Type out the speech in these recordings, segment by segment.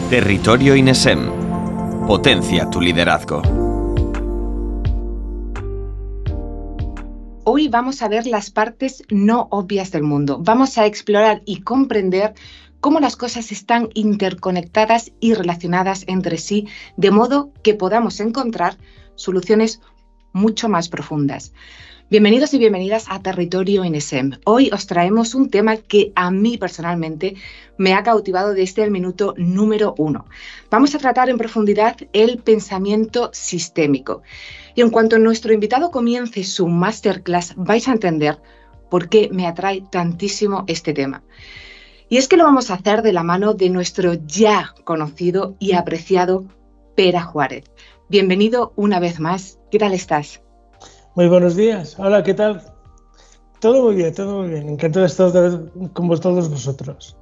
Territorio INESEM. Potencia tu liderazgo. Hoy vamos a ver las partes no obvias del mundo. Vamos a explorar y comprender cómo las cosas están interconectadas y relacionadas entre sí, de modo que podamos encontrar soluciones mucho más profundas. Bienvenidos y bienvenidas a Territorio INESEM. Hoy os traemos un tema que a mí personalmente me ha cautivado desde el minuto número 1. Vamos a tratar en profundidad el pensamiento sistémico. Y en cuanto nuestro invitado comience su masterclass, vais a entender por qué me atrae tantísimo este tema. Y es que lo vamos a hacer de la mano de nuestro ya conocido y apreciado Pere Juárez. Bienvenido una vez más. ¿Qué tal estás? Muy buenos días. Hola, ¿qué tal? Todo muy bien, todo muy bien. Encantado de estar otra vez con todos vosotros.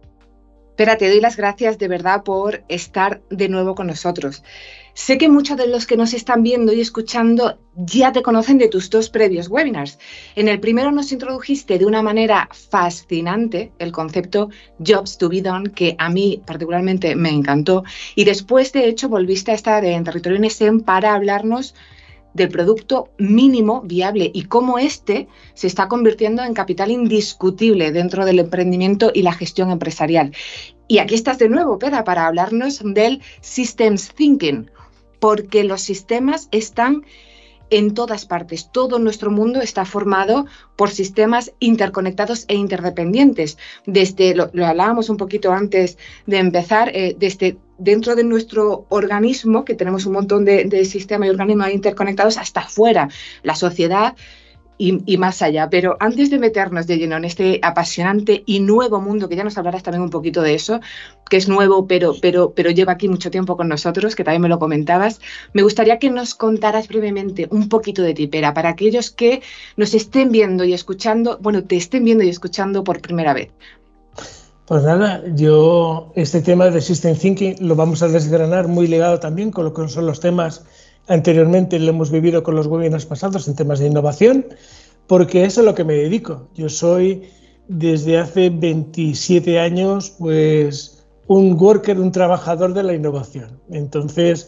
Pere, te doy las gracias de verdad por estar de nuevo con nosotros. Sé que muchos de los que nos están viendo y escuchando ya te conocen de tus dos previos webinars. En el primero nos introdujiste de una manera fascinante el concepto Jobs to be Done, que a mí particularmente me encantó. Y después, de hecho, volviste a estar en Territorio INESEM para hablarnos del producto mínimo viable y cómo este se está convirtiendo en capital indiscutible dentro del emprendimiento y la gestión empresarial. Y aquí estás de nuevo, Pere, para hablarnos del Systems Thinking, porque los sistemas están en todas partes. Todo nuestro mundo está formado por sistemas interconectados e interdependientes. Desde, lo hablábamos un poquito antes de empezar, desde dentro de nuestro organismo, que tenemos un montón de sistemas y organismos interconectados, hasta afuera, la sociedad y más allá. Pero antes de meternos de lleno en este apasionante y nuevo mundo, que ya nos hablarás también un poquito de eso, que es nuevo, pero lleva aquí mucho tiempo con nosotros, que también me lo comentabas, me gustaría que nos contaras brevemente un poquito de ti, Pere, para aquellos que nos estén viendo y escuchando, bueno, te estén viendo y escuchando por primera vez. Pues nada, este tema de System Thinking lo vamos a desgranar muy ligado también con lo que son los temas anteriormente, lo hemos vivido con los webinars pasados en temas de innovación, porque eso es a lo que me dedico. Yo soy desde hace 27 años pues un worker, un trabajador de la innovación. Entonces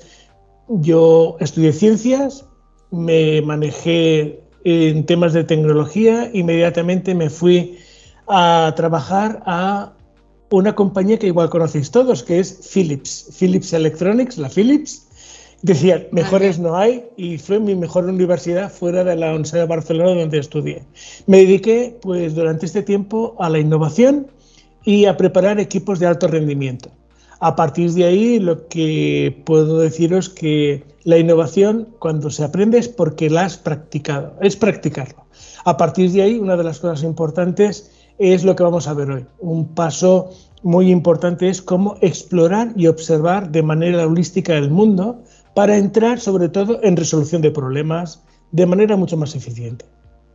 yo estudié ciencias, me manejé en temas de tecnología, inmediatamente me fui a trabajar a una compañía que igual conocéis todos, que es Philips Electronics, la Philips. Decía, mejores no hay, y fue mi mejor universidad fuera de la Universidad de Barcelona donde estudié. Me dediqué pues durante este tiempo a la innovación y a preparar equipos de alto rendimiento. A partir de ahí, lo que puedo deciros que la innovación, cuando se aprende, es porque la has practicado, es practicarlo. A partir de ahí, una de las cosas importantes es lo que vamos a ver hoy. Un paso muy importante es cómo explorar y observar de manera holística el mundo para entrar, sobre todo, en resolución de problemas de manera mucho más eficiente.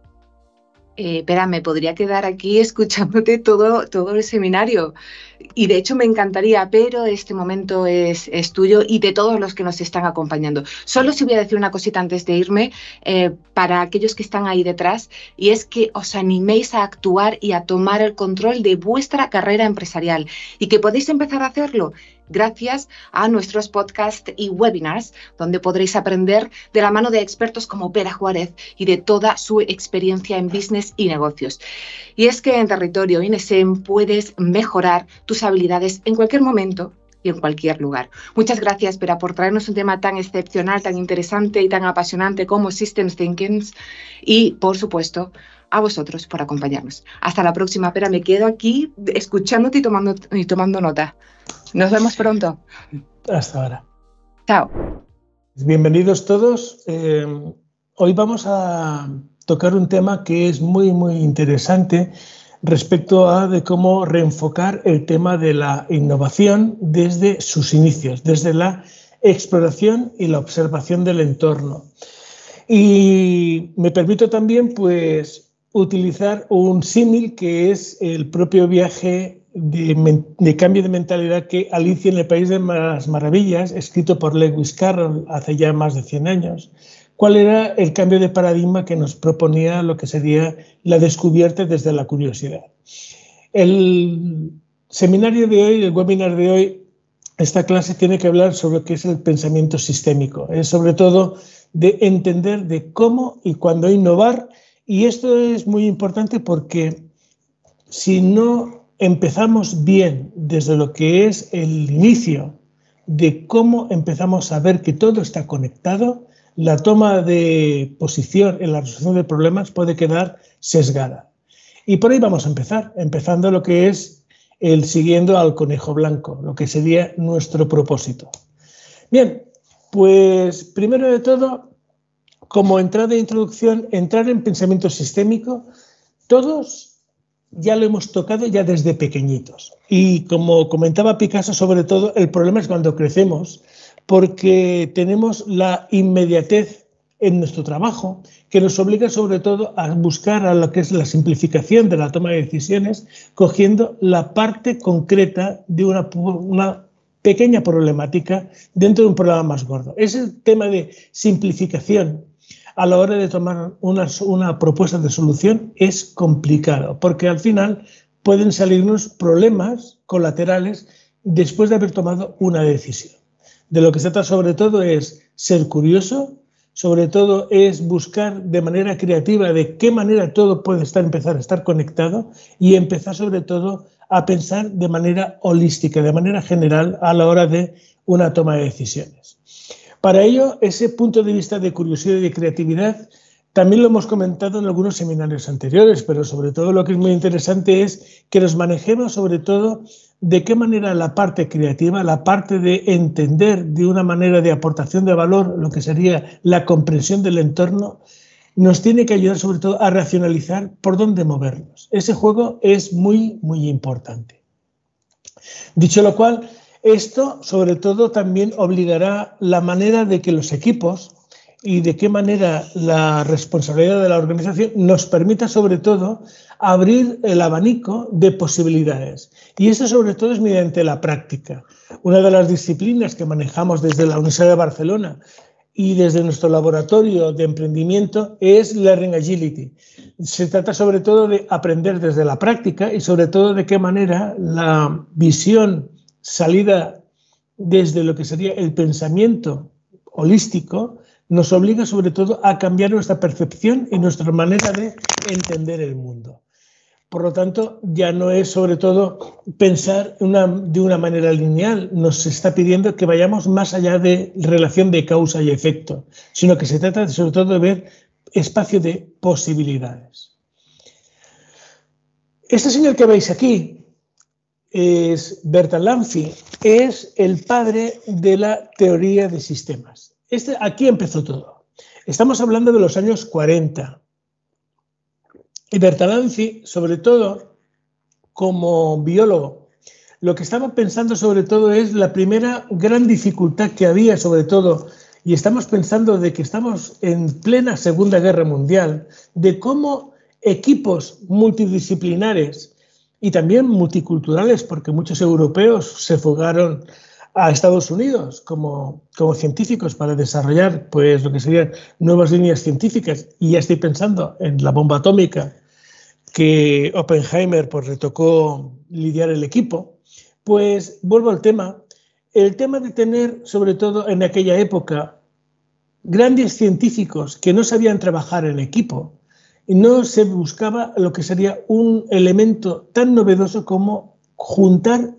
Pere, me podría quedar aquí escuchándote todo el seminario. Y de hecho me encantaría, pero este momento es tuyo y de todos los que nos están acompañando. Solo si voy a decir una cosita antes de irme, para aquellos que están ahí detrás, y es que os animéis a actuar y a tomar el control de vuestra carrera empresarial y que podéis empezar a hacerlo gracias a nuestros podcasts y webinars, donde podréis aprender de la mano de expertos como Pere Juárez y de toda su experiencia en business y negocios. Y es que en Territorio INESEM puedes mejorar tus habilidades en cualquier momento y en cualquier lugar. Muchas gracias, Pere, por traernos un tema tan excepcional, tan interesante y tan apasionante como Systems Thinking, y, por supuesto, a vosotros por acompañarnos. Hasta la próxima, Pere. Me quedo aquí escuchándote y tomando nota. Nos vemos pronto. Hasta ahora. Chao. Bienvenidos todos. Hoy vamos a tocar un tema que es muy, muy interesante respecto a de cómo reenfocar el tema de la innovación desde sus inicios, desde la exploración y la observación del entorno. Y me permito también pues utilizar un símil que es el propio viaje de cambio de mentalidad que Alicia en el País de las Maravillas, escrito por Lewis Carroll hace ya más de 100 años. ¿Cuál era el cambio de paradigma que nos proponía lo que sería la descubierta desde la curiosidad? El seminario de hoy, el webinar de hoy, esta clase tiene que hablar sobre lo que es el pensamiento sistémico, sobre todo de entender de cómo y cuándo innovar, y esto es muy importante porque si no empezamos bien desde lo que es el inicio de cómo empezamos a ver que todo está conectado, la toma de posición en la resolución de problemas puede quedar sesgada. Y por ahí vamos a empezar, empezando lo que es el siguiendo al conejo blanco, lo que sería nuestro propósito. Bien, pues primero de todo, como entrada de introducción, entrar en pensamiento sistémico, todos ya lo hemos tocado ya desde pequeñitos. Y como comentaba Picasso, sobre todo, el problema es cuando crecemos, porque tenemos la inmediatez en nuestro trabajo, que nos obliga sobre todo a buscar a lo que es la simplificación de la toma de decisiones, cogiendo la parte concreta de una pequeña problemática dentro de un problema más gordo. Ese tema de simplificación a la hora de tomar una propuesta de solución es complicado, porque al final pueden salirnos problemas colaterales después de haber tomado una decisión. De lo que se trata sobre todo es ser curioso, sobre todo es buscar de manera creativa de qué manera todo puede empezar a estar conectado y empezar sobre todo a pensar de manera holística, de manera general a la hora de una toma de decisiones. Para ello, ese punto de vista de curiosidad y de creatividad también lo hemos comentado en algunos seminarios anteriores, pero sobre todo lo que es muy interesante es que nos manejemos sobre todo de qué manera la parte creativa, la parte de entender de una manera de aportación de valor lo que sería la comprensión del entorno, nos tiene que ayudar sobre todo a racionalizar por dónde movernos. Ese juego es muy, muy importante. Dicho lo cual, esto sobre todo también obligará la manera de que los equipos y de qué manera la responsabilidad de la organización nos permita sobre todo abrir el abanico de posibilidades. Y eso sobre todo es mediante la práctica. Una de las disciplinas que manejamos desde la Universidad de Barcelona y desde nuestro laboratorio de emprendimiento es Learning Agility. Se trata sobre todo de aprender desde la práctica y sobre todo de qué manera la visión salida desde lo que sería el pensamiento holístico nos obliga sobre todo a cambiar nuestra percepción y nuestra manera de entender el mundo. Por lo tanto, ya no es sobre todo pensar de una manera lineal, nos está pidiendo que vayamos más allá de relación de causa y efecto, sino que se trata sobre todo de ver espacio de posibilidades. Este señor que veis aquí es Bertalan Lanfy, es el padre de la teoría de sistemas. Aquí empezó todo. Estamos hablando de los años 40. Y Bertalan Lanfy, sobre todo, como biólogo, lo que estaba pensando sobre todo es la primera gran dificultad que había, sobre todo, y estamos pensando de que estamos en plena Segunda Guerra Mundial, de cómo equipos multidisciplinares y también multiculturales, porque muchos europeos se fugaron a Estados Unidos como científicos para desarrollar pues, lo que serían nuevas líneas científicas, y ya estoy pensando en la bomba atómica que Oppenheimer pues, le tocó lidiar el equipo, pues vuelvo al tema. El tema de tener, sobre todo en aquella época, grandes científicos que no sabían trabajar en equipo, y no se buscaba lo que sería un elemento tan novedoso como juntar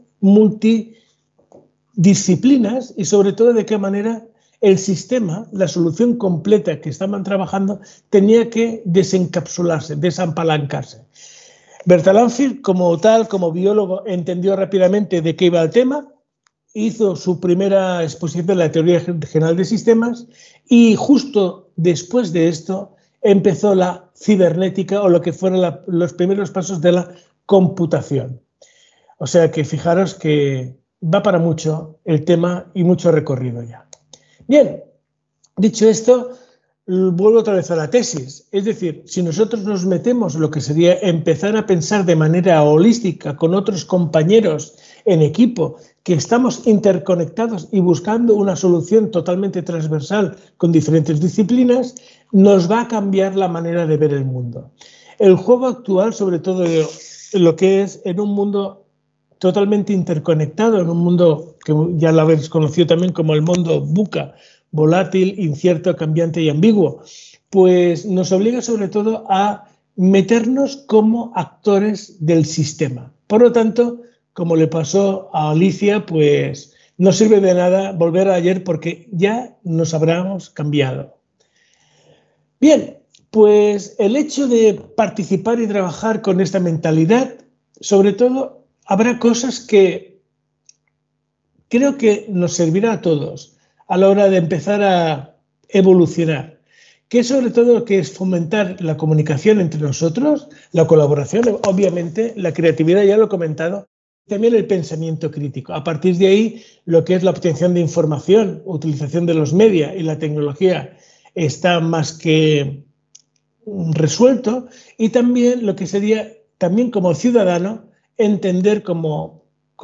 multidisciplinas y sobre todo de qué manera el sistema, la solución completa que estaban trabajando, tenía que desencapsularse, desapalancarse. Bertalan Lanfy, como tal, como biólogo, entendió rápidamente de qué iba el tema, hizo su primera exposición de la teoría general de sistemas y justo después de esto empezó la cibernética o lo que fueron los primeros pasos de la computación. O sea que fijaros que va para mucho el tema y mucho recorrido ya. Bien, dicho esto, vuelvo otra vez a la tesis. Es decir, si nosotros nos metemos lo que sería empezar a pensar de manera holística con otros compañeros en equipo, que estamos interconectados y buscando una solución totalmente transversal con diferentes disciplinas, nos va a cambiar la manera de ver el mundo. El juego actual, sobre todo lo que es en un mundo totalmente interconectado en un mundo que ya lo habéis conocido también como el mundo VUCA, volátil, incierto, cambiante y ambiguo, pues nos obliga sobre todo a meternos como actores del sistema. Por lo tanto, como le pasó a Alicia, pues no sirve de nada volver a ayer porque ya nos habremos cambiado. Bien, pues el hecho de participar y trabajar con esta mentalidad, sobre todo, habrá cosas que creo que nos servirá a todos a la hora de empezar a evolucionar, que es sobre todo lo que es fomentar la comunicación entre nosotros, la colaboración, obviamente, la creatividad, ya lo he comentado, también el pensamiento crítico. A partir de ahí, lo que es la obtención de información, utilización de los medios y la tecnología está más que resuelto, y también lo que sería, también como ciudadano, entender como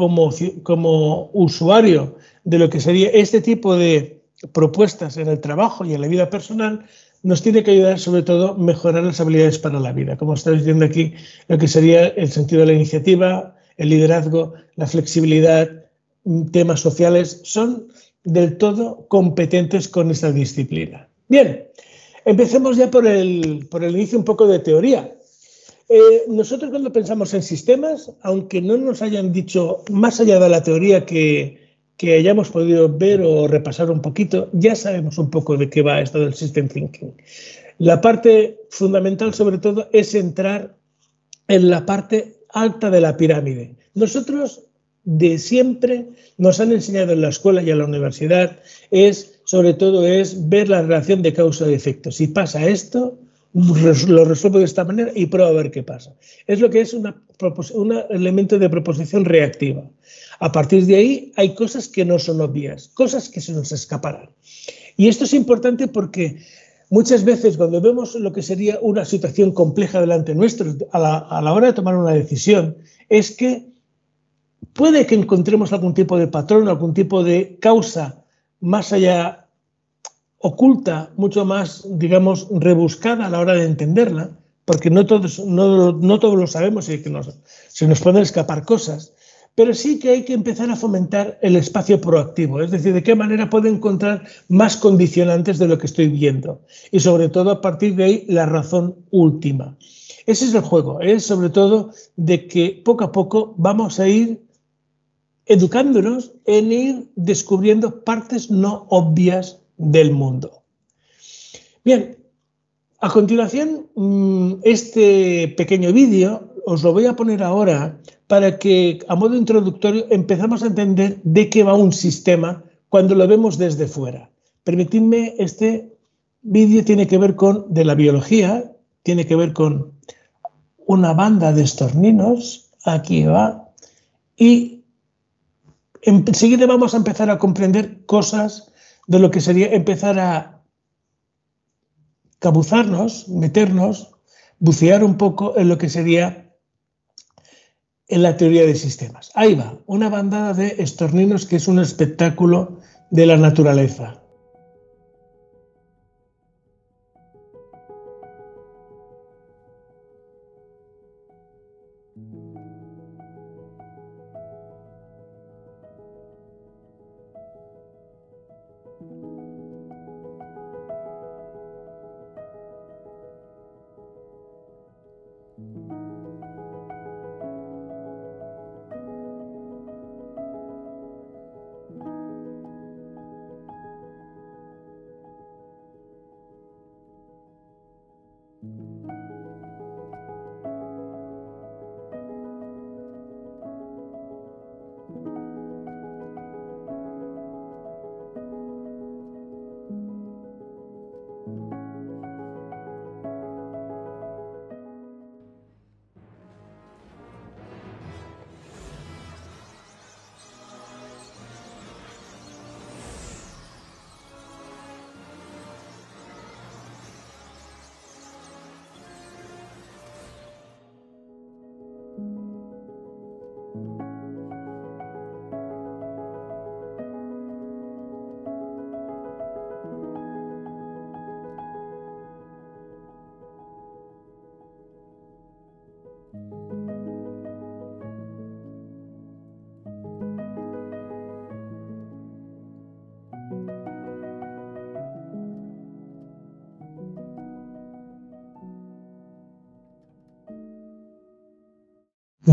usuario de lo que sería este tipo de propuestas en el trabajo y en la vida personal, nos tiene que ayudar sobre todo a mejorar las habilidades para la vida. Como estáis viendo aquí, lo que sería el sentido de la iniciativa, el liderazgo, la flexibilidad, temas sociales, son del todo competentes con esta disciplina. Bien, empecemos ya por el inicio un poco de teoría. Nosotros cuando pensamos en sistemas, aunque no nos hayan dicho más allá de la teoría que hayamos podido ver o repasar un poquito, ya sabemos un poco de qué va esto del System Thinking. La parte fundamental sobre todo es entrar en la parte alta de la pirámide. Nosotros de siempre nos han enseñado en la escuela y en la universidad sobre todo es ver la relación de causa y efecto. Si pasa esto, lo resuelvo de esta manera y pruebo a ver qué pasa. Es lo que es un elemento de proposición reactiva. A partir de ahí hay cosas que no son obvias, cosas que se nos escaparán. Y esto es importante porque muchas veces cuando vemos lo que sería una situación compleja delante nuestro, a la hora de tomar una decisión, es que puede que encontremos algún tipo de patrón, algún tipo de causa más allá oculta, mucho más, digamos, rebuscada a la hora de entenderla, porque no todos lo sabemos y que se nos pueden escapar cosas, pero sí que hay que empezar a fomentar el espacio proactivo, es decir, de qué manera puedo encontrar más condicionantes de lo que estoy viendo y sobre todo a partir de ahí la razón última. Ese es el juego, es sobre todo de que poco a poco vamos a ir educándonos en ir descubriendo partes no obvias del mundo. Bien, a continuación, este pequeño vídeo os lo voy a poner ahora para que, a modo introductorio, empezamos a entender de qué va un sistema cuando lo vemos desde fuera. Permitidme, este vídeo tiene que ver de la biología, tiene que ver con una banda de estorninos, aquí va, y enseguida vamos a empezar a comprender cosas de lo que sería empezar a cabuzarnos, meternos, bucear un poco en lo que sería en la teoría de sistemas. Ahí va, una bandada de estorninos que es un espectáculo de la naturaleza.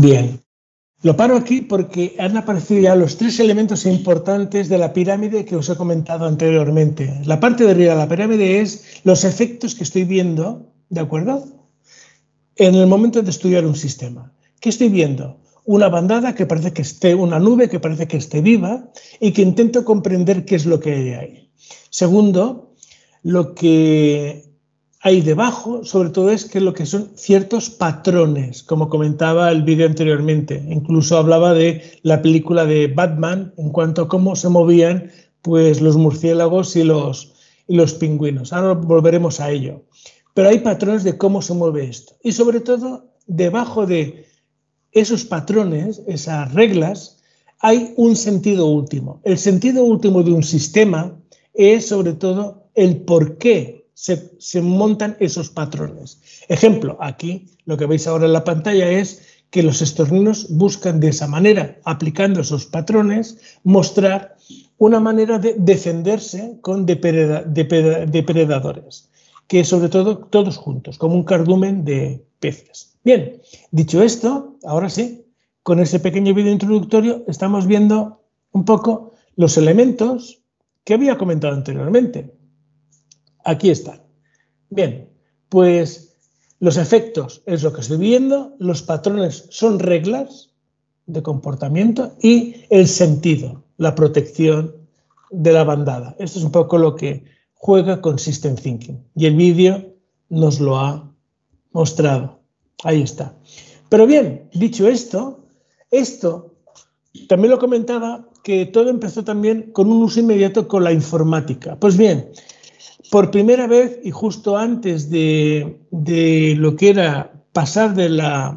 Bien. Lo paro aquí porque han aparecido ya los 3 elementos importantes de la pirámide que os he comentado anteriormente. La parte de arriba de la pirámide es los efectos que estoy viendo, ¿de acuerdo?, en el momento de estudiar un sistema. ¿Qué estoy viendo? Una bandada que parece que esté, una nube que parece que esté viva y que intento comprender qué es lo que hay ahí. Segundo, lo que hay debajo, sobre todo, es que lo que son ciertos patrones, como comentaba el vídeo anteriormente. Incluso hablaba de la película de Batman en cuanto a cómo se movían pues, los murciélagos y los pingüinos. Ahora volveremos a ello. Pero hay patrones de cómo se mueve esto. Y sobre todo, debajo de esos patrones, esas reglas, hay un sentido último. El sentido último de un sistema es, sobre todo, el por qué se montan esos patrones. Ejemplo, aquí lo que veis ahora en la pantalla es que los estorninos buscan de esa manera, aplicando esos patrones, mostrar una manera de defenderse con depredadores, que sobre todo todos juntos, como un cardumen de peces. Bien, dicho esto, ahora sí, con ese pequeño vídeo introductorio estamos viendo un poco los elementos que había comentado anteriormente. Aquí están. Bien, pues los efectos es lo que estoy viendo, los patrones son reglas de comportamiento y el sentido, la protección de la bandada. Esto es un poco lo que juega con System Thinking y el vídeo nos lo ha mostrado. Ahí está. Pero bien, dicho esto también lo comentaba que todo empezó también con un uso inmediato con la informática. Pues bien, por primera vez y justo antes de lo que era pasar de la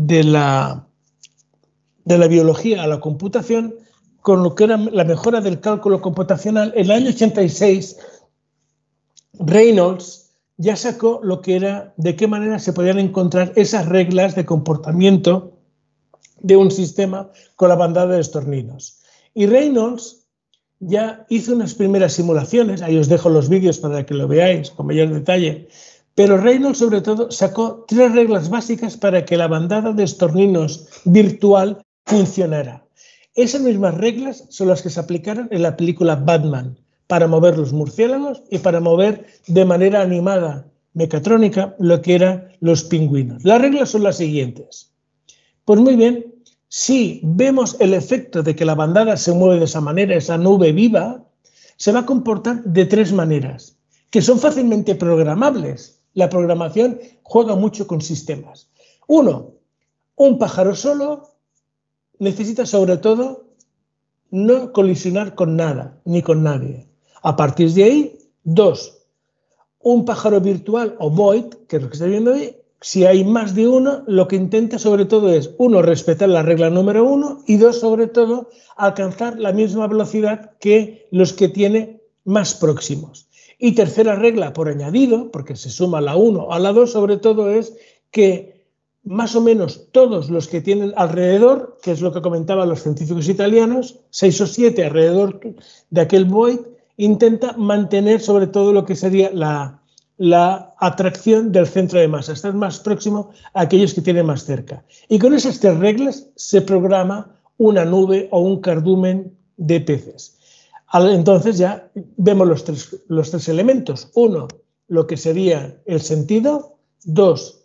biología a la computación, con lo que era la mejora del cálculo computacional, en el año 86, Reynolds ya sacó lo que era de qué manera se podían encontrar esas reglas de comportamiento de un sistema con la bandada de estorninos. Y Reynolds ya hizo unas primeras simulaciones, ahí os dejo los vídeos para que lo veáis con mayor detalle, pero Reynolds sobre todo sacó 3 reglas básicas para que la bandada de estorninos virtual funcionara. Esas mismas reglas son las que se aplicaron en la película Batman, para mover los murciélagos y para mover de manera animada, mecatrónica, lo que eran los pingüinos. Las reglas son las siguientes. Pues muy bien, si vemos el efecto de que la bandada se mueve de esa manera, esa nube viva, se va a comportar de 3 maneras, que son fácilmente programables. La programación juega mucho con sistemas. 1, un pájaro solo necesita sobre todo no colisionar con nada, ni con nadie. A partir de ahí, 2, un pájaro virtual o void, que es lo que está viendo ahí, si hay más de uno, lo que intenta sobre todo es, 1, respetar la regla número 1 y 2, sobre todo, alcanzar la misma velocidad que los que tiene más próximos. Y tercera regla por añadido, porque se suma la 1 a la 2, sobre todo es que más o menos todos los que tienen alrededor, que es lo que comentaban los científicos italianos, 6 o 7 alrededor de aquel void, intenta mantener sobre todo lo que sería la atracción del centro de masa, estar más próximo a aquellos que tienen más cerca. Y con esas 3 reglas se programa una nube o un cardumen de peces. Entonces ya vemos los tres elementos. 1, lo que sería el sentido. 2,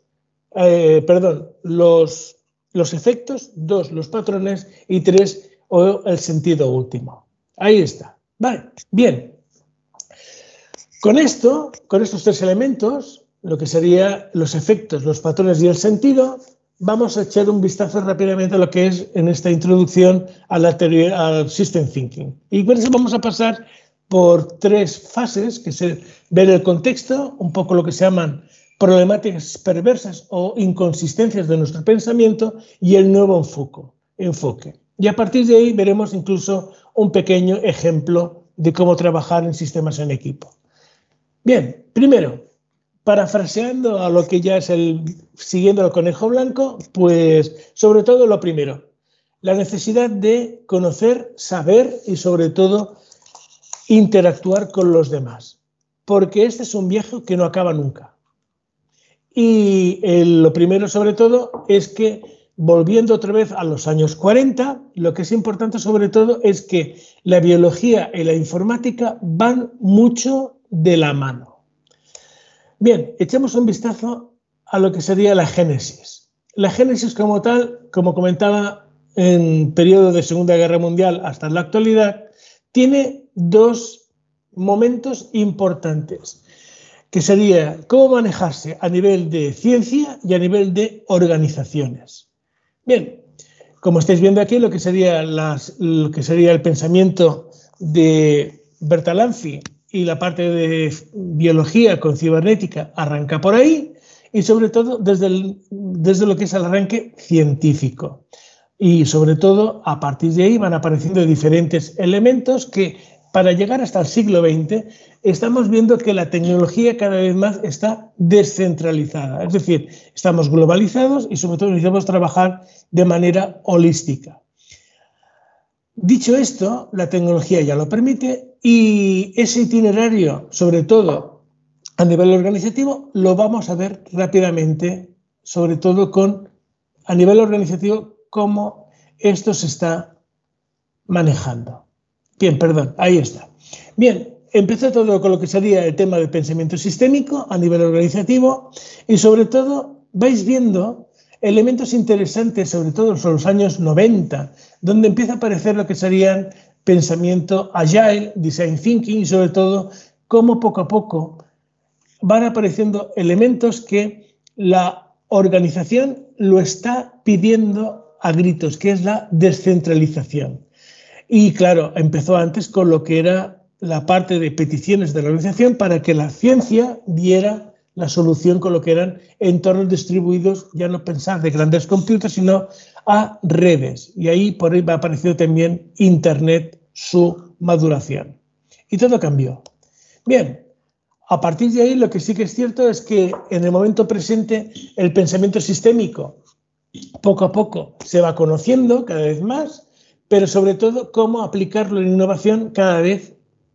los efectos. 2, los patrones. Y 3, el sentido último. Ahí está. Vale, bien. Con estos 3 elementos, lo que serían los efectos, los patrones y el sentido, vamos a echar un vistazo rápidamente a lo que es en esta introducción a la teoría, al System Thinking. Y por eso vamos a pasar por 3 fases, que es ver el contexto, un poco lo que se llaman problemáticas perversas o inconsistencias de nuestro pensamiento y el nuevo enfoque. Y a partir de ahí veremos incluso un pequeño ejemplo de cómo trabajar en sistemas en equipo. Bien, primero, parafraseando a lo que ya es siguiendo al conejo blanco, pues sobre todo lo primero, la necesidad de conocer, saber y sobre todo interactuar con los demás, porque este es un viaje que no acaba nunca. Y lo primero sobre todo es que volviendo otra vez a los años 40, lo que es importante sobre todo es que la biología y la informática van mucho de la mano. Bien, echemos un vistazo a lo que sería la génesis. La génesis como tal, como comentaba, en periodo de Segunda Guerra Mundial hasta la actualidad, tiene dos momentos importantes, que sería cómo manejarse a nivel de ciencia y a nivel de organizaciones. Bien, como estáis viendo aquí, lo que sería el pensamiento de Bertalanffy y la parte de biología con cibernética arranca por ahí, y sobre todo desde lo que es el arranque científico. Y sobre todo, a partir de ahí van apareciendo diferentes elementos que, para llegar hasta el siglo XX, estamos viendo que la tecnología cada vez más está descentralizada. Es decir, estamos globalizados y sobre todo necesitamos trabajar de manera holística. Dicho esto, la tecnología ya lo permite y ese itinerario, sobre todo a nivel organizativo, lo vamos a ver rápidamente, sobre todo a nivel organizativo, cómo esto se está manejando. Bien, perdón, ahí está. Bien, empezó todo con lo que sería el tema del pensamiento sistémico a nivel organizativo y sobre todo vais viendo elementos interesantes, sobre todo en los años 90, donde empieza a aparecer lo que serían pensamiento agile, design thinking y sobre todo cómo poco a poco van apareciendo elementos que la organización lo está pidiendo a gritos, que es la descentralización. Y claro, empezó antes con lo que era la parte de peticiones de la organización para que la ciencia diera la solución con lo que eran entornos distribuidos, ya no pensar de grandes computers, sino a redes. Y ahí por ahí va apareciendo también Internet, su maduración. Y todo cambió. Bien, a partir de ahí lo que sí que es cierto es que en el momento presente el pensamiento sistémico poco a poco se va conociendo cada vez más, pero sobre todo cómo aplicarlo en innovación cada vez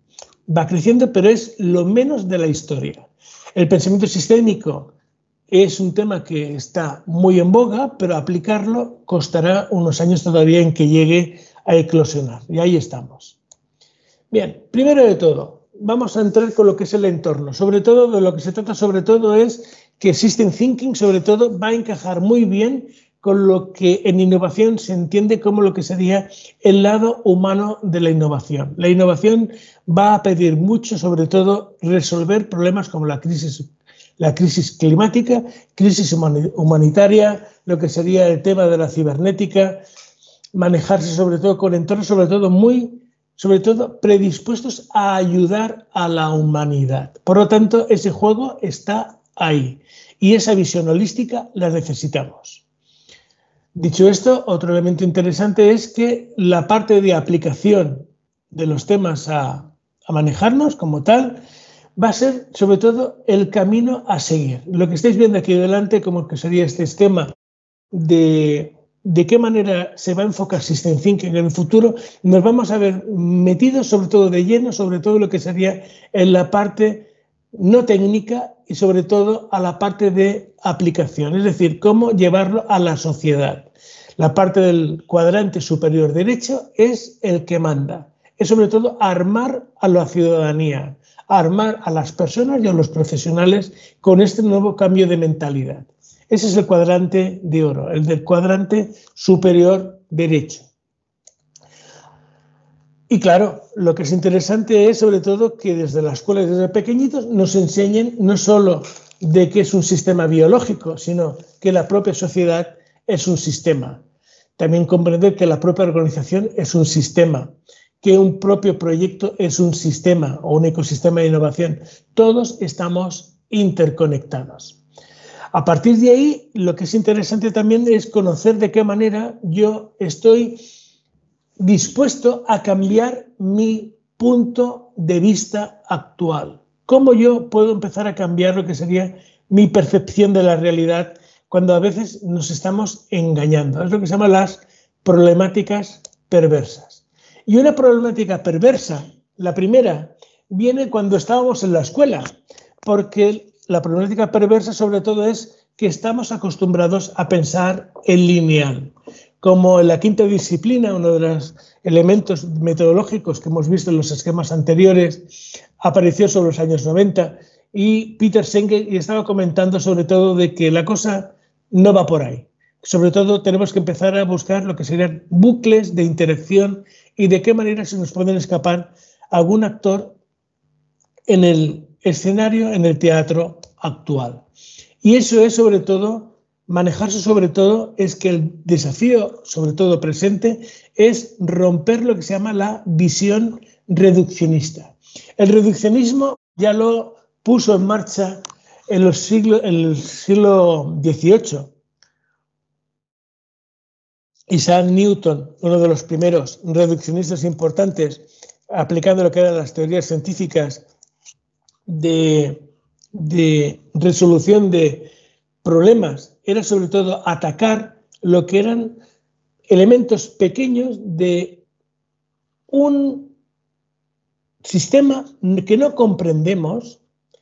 va creciendo, pero es lo menos de la historia. El pensamiento sistémico es un tema que está muy en boga, pero aplicarlo costará unos años todavía en que llegue a eclosionar. Y ahí estamos. Bien, primero de todo, vamos a entrar con lo que es el entorno. Sobre todo, de lo que se trata sobre todo es que System Thinking, sobre todo, va a encajar muy bien con lo que en innovación se entiende como lo que sería el lado humano de la innovación. La innovación va a pedir mucho, sobre todo, resolver problemas como la crisis climática, crisis humanitaria, lo que sería el tema de la cibernética, manejarse sobre todo con entornos sobre todo predispuestos a ayudar a la humanidad. Por lo tanto, ese juego está ahí y esa visión holística la necesitamos. Dicho esto, otro elemento interesante es que la parte de aplicación de los temas a manejarnos como tal va a ser sobre todo el camino a seguir. Lo que estáis viendo aquí delante, como que sería este esquema de qué manera se va a enfocar System Thinking en el futuro, nos vamos a ver metidos sobre todo de lleno, sobre todo lo que sería en la parte no técnica y sobre todo a la parte de aplicación, es decir, cómo llevarlo a la sociedad. La parte del cuadrante superior derecho es el que manda, es sobre todo armar a la ciudadanía, armar a las personas y a los profesionales con este nuevo cambio de mentalidad. Ese es el cuadrante de oro, el del cuadrante superior derecho. Y claro, lo que es interesante es sobre todo que desde la escuela y desde pequeñitos nos enseñen no solo de qué es un sistema biológico, sino que la propia sociedad es un sistema. También comprender que la propia organización es un sistema, que un propio proyecto es un sistema o un ecosistema de innovación. Todos estamos interconectados. A partir de ahí, lo que es interesante también es conocer de qué manera yo estoy dispuesto a cambiar mi punto de vista actual. ¿Cómo yo puedo empezar a cambiar lo que sería mi percepción de la realidad cuando a veces nos estamos engañando? Es lo que se llama las problemáticas perversas. Y una problemática perversa, la primera, viene cuando estábamos en la escuela, porque la problemática perversa sobre todo es que estamos acostumbrados a pensar en lineal. Como en la quinta disciplina, uno de los elementos metodológicos que hemos visto en los esquemas anteriores, apareció sobre los años 90 y Peter Senge estaba comentando sobre todo de que la cosa no va por ahí. Sobre todo tenemos que empezar a buscar lo que serían bucles de interacción y de qué manera se nos pueden escapar algún actor en el escenario, en el teatro actual. Y eso es sobre todo... Manejarse sobre todo es que el desafío, sobre todo presente, es romper lo que se llama la visión reduccionista. El reduccionismo ya lo puso en marcha en el siglo XVIII. Isaac Newton, uno de los primeros reduccionistas importantes, aplicando lo que eran las teorías científicas de resolución de problemas, era sobre todo atacar lo que eran elementos pequeños de un sistema que no comprendemos,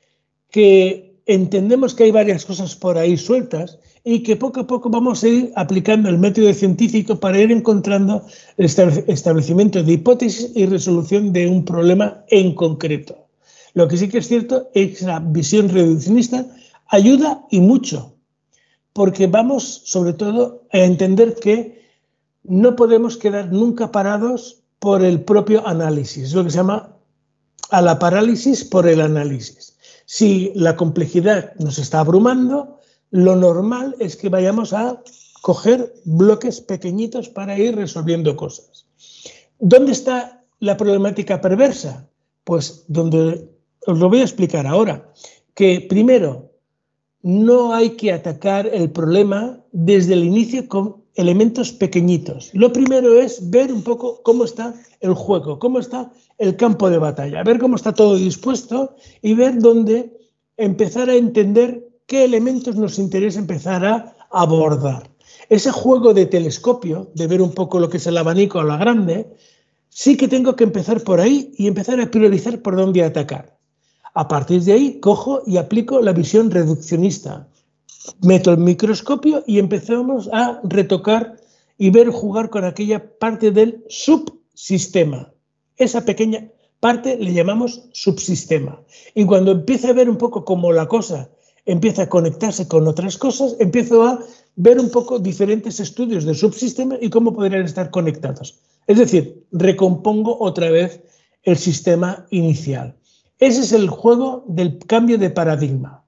que entendemos que hay varias cosas por ahí sueltas y que poco a poco vamos a ir aplicando el método científico para ir encontrando el establecimiento de hipótesis y resolución de un problema en concreto. Lo que sí que es cierto es que la visión reduccionista ayuda y mucho, porque vamos sobre todo a entender que no podemos quedar nunca parados por el propio análisis, es lo que se llama a la parálisis por el análisis. Si la complejidad nos está abrumando, lo normal es que vayamos a coger bloques pequeñitos para ir resolviendo cosas. ¿Dónde está la problemática perversa? Pues donde os lo voy a explicar ahora, que primero, no hay que atacar el problema desde el inicio con elementos pequeñitos. Lo primero es ver un poco cómo está el juego, cómo está el campo de batalla, ver cómo está todo dispuesto y ver dónde empezar a entender qué elementos nos interesa empezar a abordar. Ese juego de telescopio, de ver un poco lo que es el abanico a la grande, sí que tengo que empezar por ahí y empezar a priorizar por dónde atacar. A partir de ahí, cojo y aplico la visión reduccionista. Meto el microscopio y empezamos a retocar y ver jugar con aquella parte del subsistema. Esa pequeña parte le llamamos subsistema. Y cuando empiezo a ver un poco cómo la cosa empieza a conectarse con otras cosas, empiezo a ver un poco diferentes estudios del subsistema y cómo podrían estar conectados. Es decir, recompongo otra vez el sistema inicial. Ese es el juego del cambio de paradigma.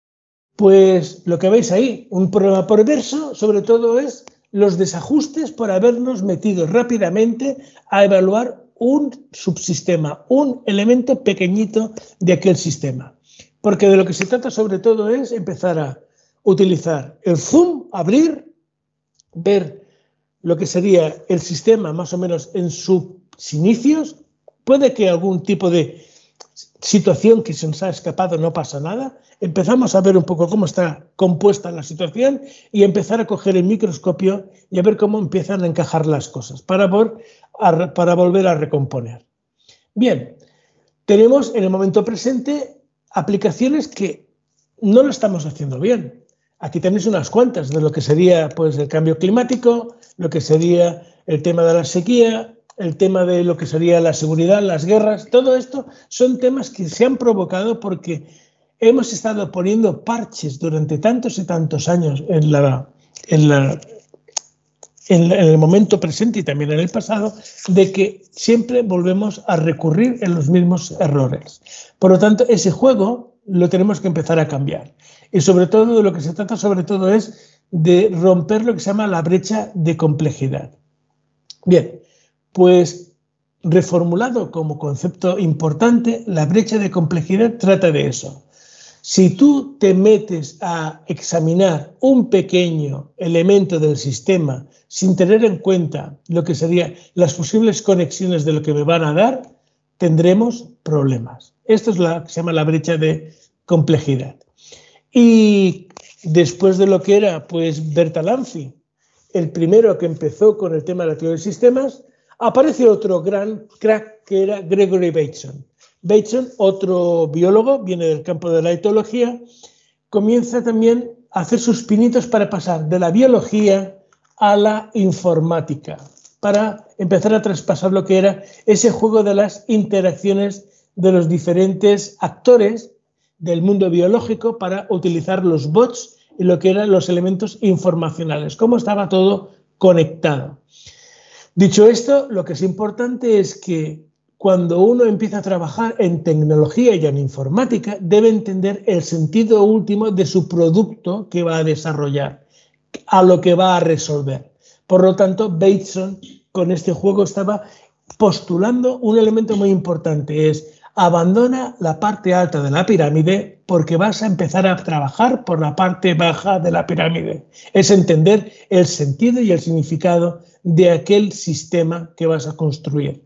Pues lo que veis ahí, un problema perverso, sobre todo es los desajustes por habernos metido rápidamente a evaluar un subsistema, un elemento pequeñito de aquel sistema. Porque de lo que se trata sobre todo es empezar a utilizar el zoom, abrir, ver lo que sería el sistema más o menos en sus inicios. Puede que algún tipo de situación que se nos ha escapado no pasa nada, empezamos a ver un poco cómo está compuesta la situación y empezar a coger el microscopio y a ver cómo empiezan a encajar las cosas para volver a recomponer. Bien, tenemos en el momento presente aplicaciones que no lo estamos haciendo bien. Aquí tenéis unas cuantas de lo que sería pues, el cambio climático, lo que sería el tema de la sequía, el tema de lo que sería la seguridad, las guerras, todo esto son temas que se han provocado porque hemos estado poniendo parches durante tantos y tantos años en el momento presente y también en el pasado, de que siempre volvemos a recurrir en los mismos errores. Por lo tanto, ese juego lo tenemos que empezar a cambiar. Y sobre todo, de lo que se trata sobre todo es de romper lo que se llama la brecha de complejidad. Bien, pues reformulado como concepto importante, la brecha de complejidad trata de eso. Si tú te metes a examinar un pequeño elemento del sistema sin tener en cuenta lo que serían las posibles conexiones de lo que me van a dar, tendremos problemas. Esto es lo que se llama la brecha de complejidad. Y después de lo que era pues Bertalanffy, el primero que empezó con el tema de la teoría de sistemas, aparece otro gran crack que era Gregory Bateson. Bateson, otro biólogo, viene del campo de la etología, comienza también hacer sus pinitos para pasar de la biología a la informática, para empezar a traspasar lo que era ese juego de las interacciones de los diferentes actores del mundo biológico para utilizar los bots y lo que eran los elementos informacionales, cómo estaba todo conectado. Dicho esto, lo que es importante es que cuando uno empieza a trabajar en tecnología y en informática, debe entender el sentido último de su producto que va a desarrollar, a lo que va a resolver. Por lo tanto, Bateson con este juego estaba postulando un elemento muy importante, es abandona la parte alta de la pirámide porque vas a empezar a trabajar por la parte baja de la pirámide. Es entender el sentido y el significado de aquel sistema que vas a construir.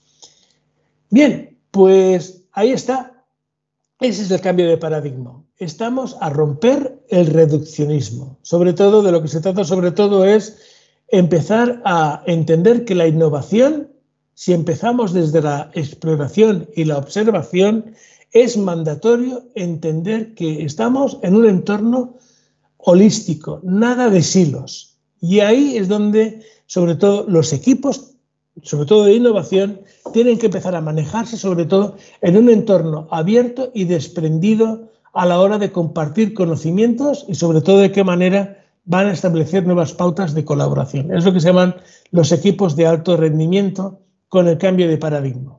Bien, pues ahí está. Ese es el cambio de paradigma. Estamos a romper el reduccionismo. Sobre todo, de lo que se trata sobre todo es empezar a entender que la innovación, si empezamos desde la exploración y la observación, es mandatorio entender que estamos en un entorno holístico, nada de silos. Y ahí es donde, sobre todo, los equipos, sobre todo de innovación, tienen que empezar a manejarse, sobre todo, en un entorno abierto y desprendido a la hora de compartir conocimientos y, sobre todo, de qué manera van a establecer nuevas pautas de colaboración. Es lo que se llaman los equipos de alto rendimiento con el cambio de paradigma.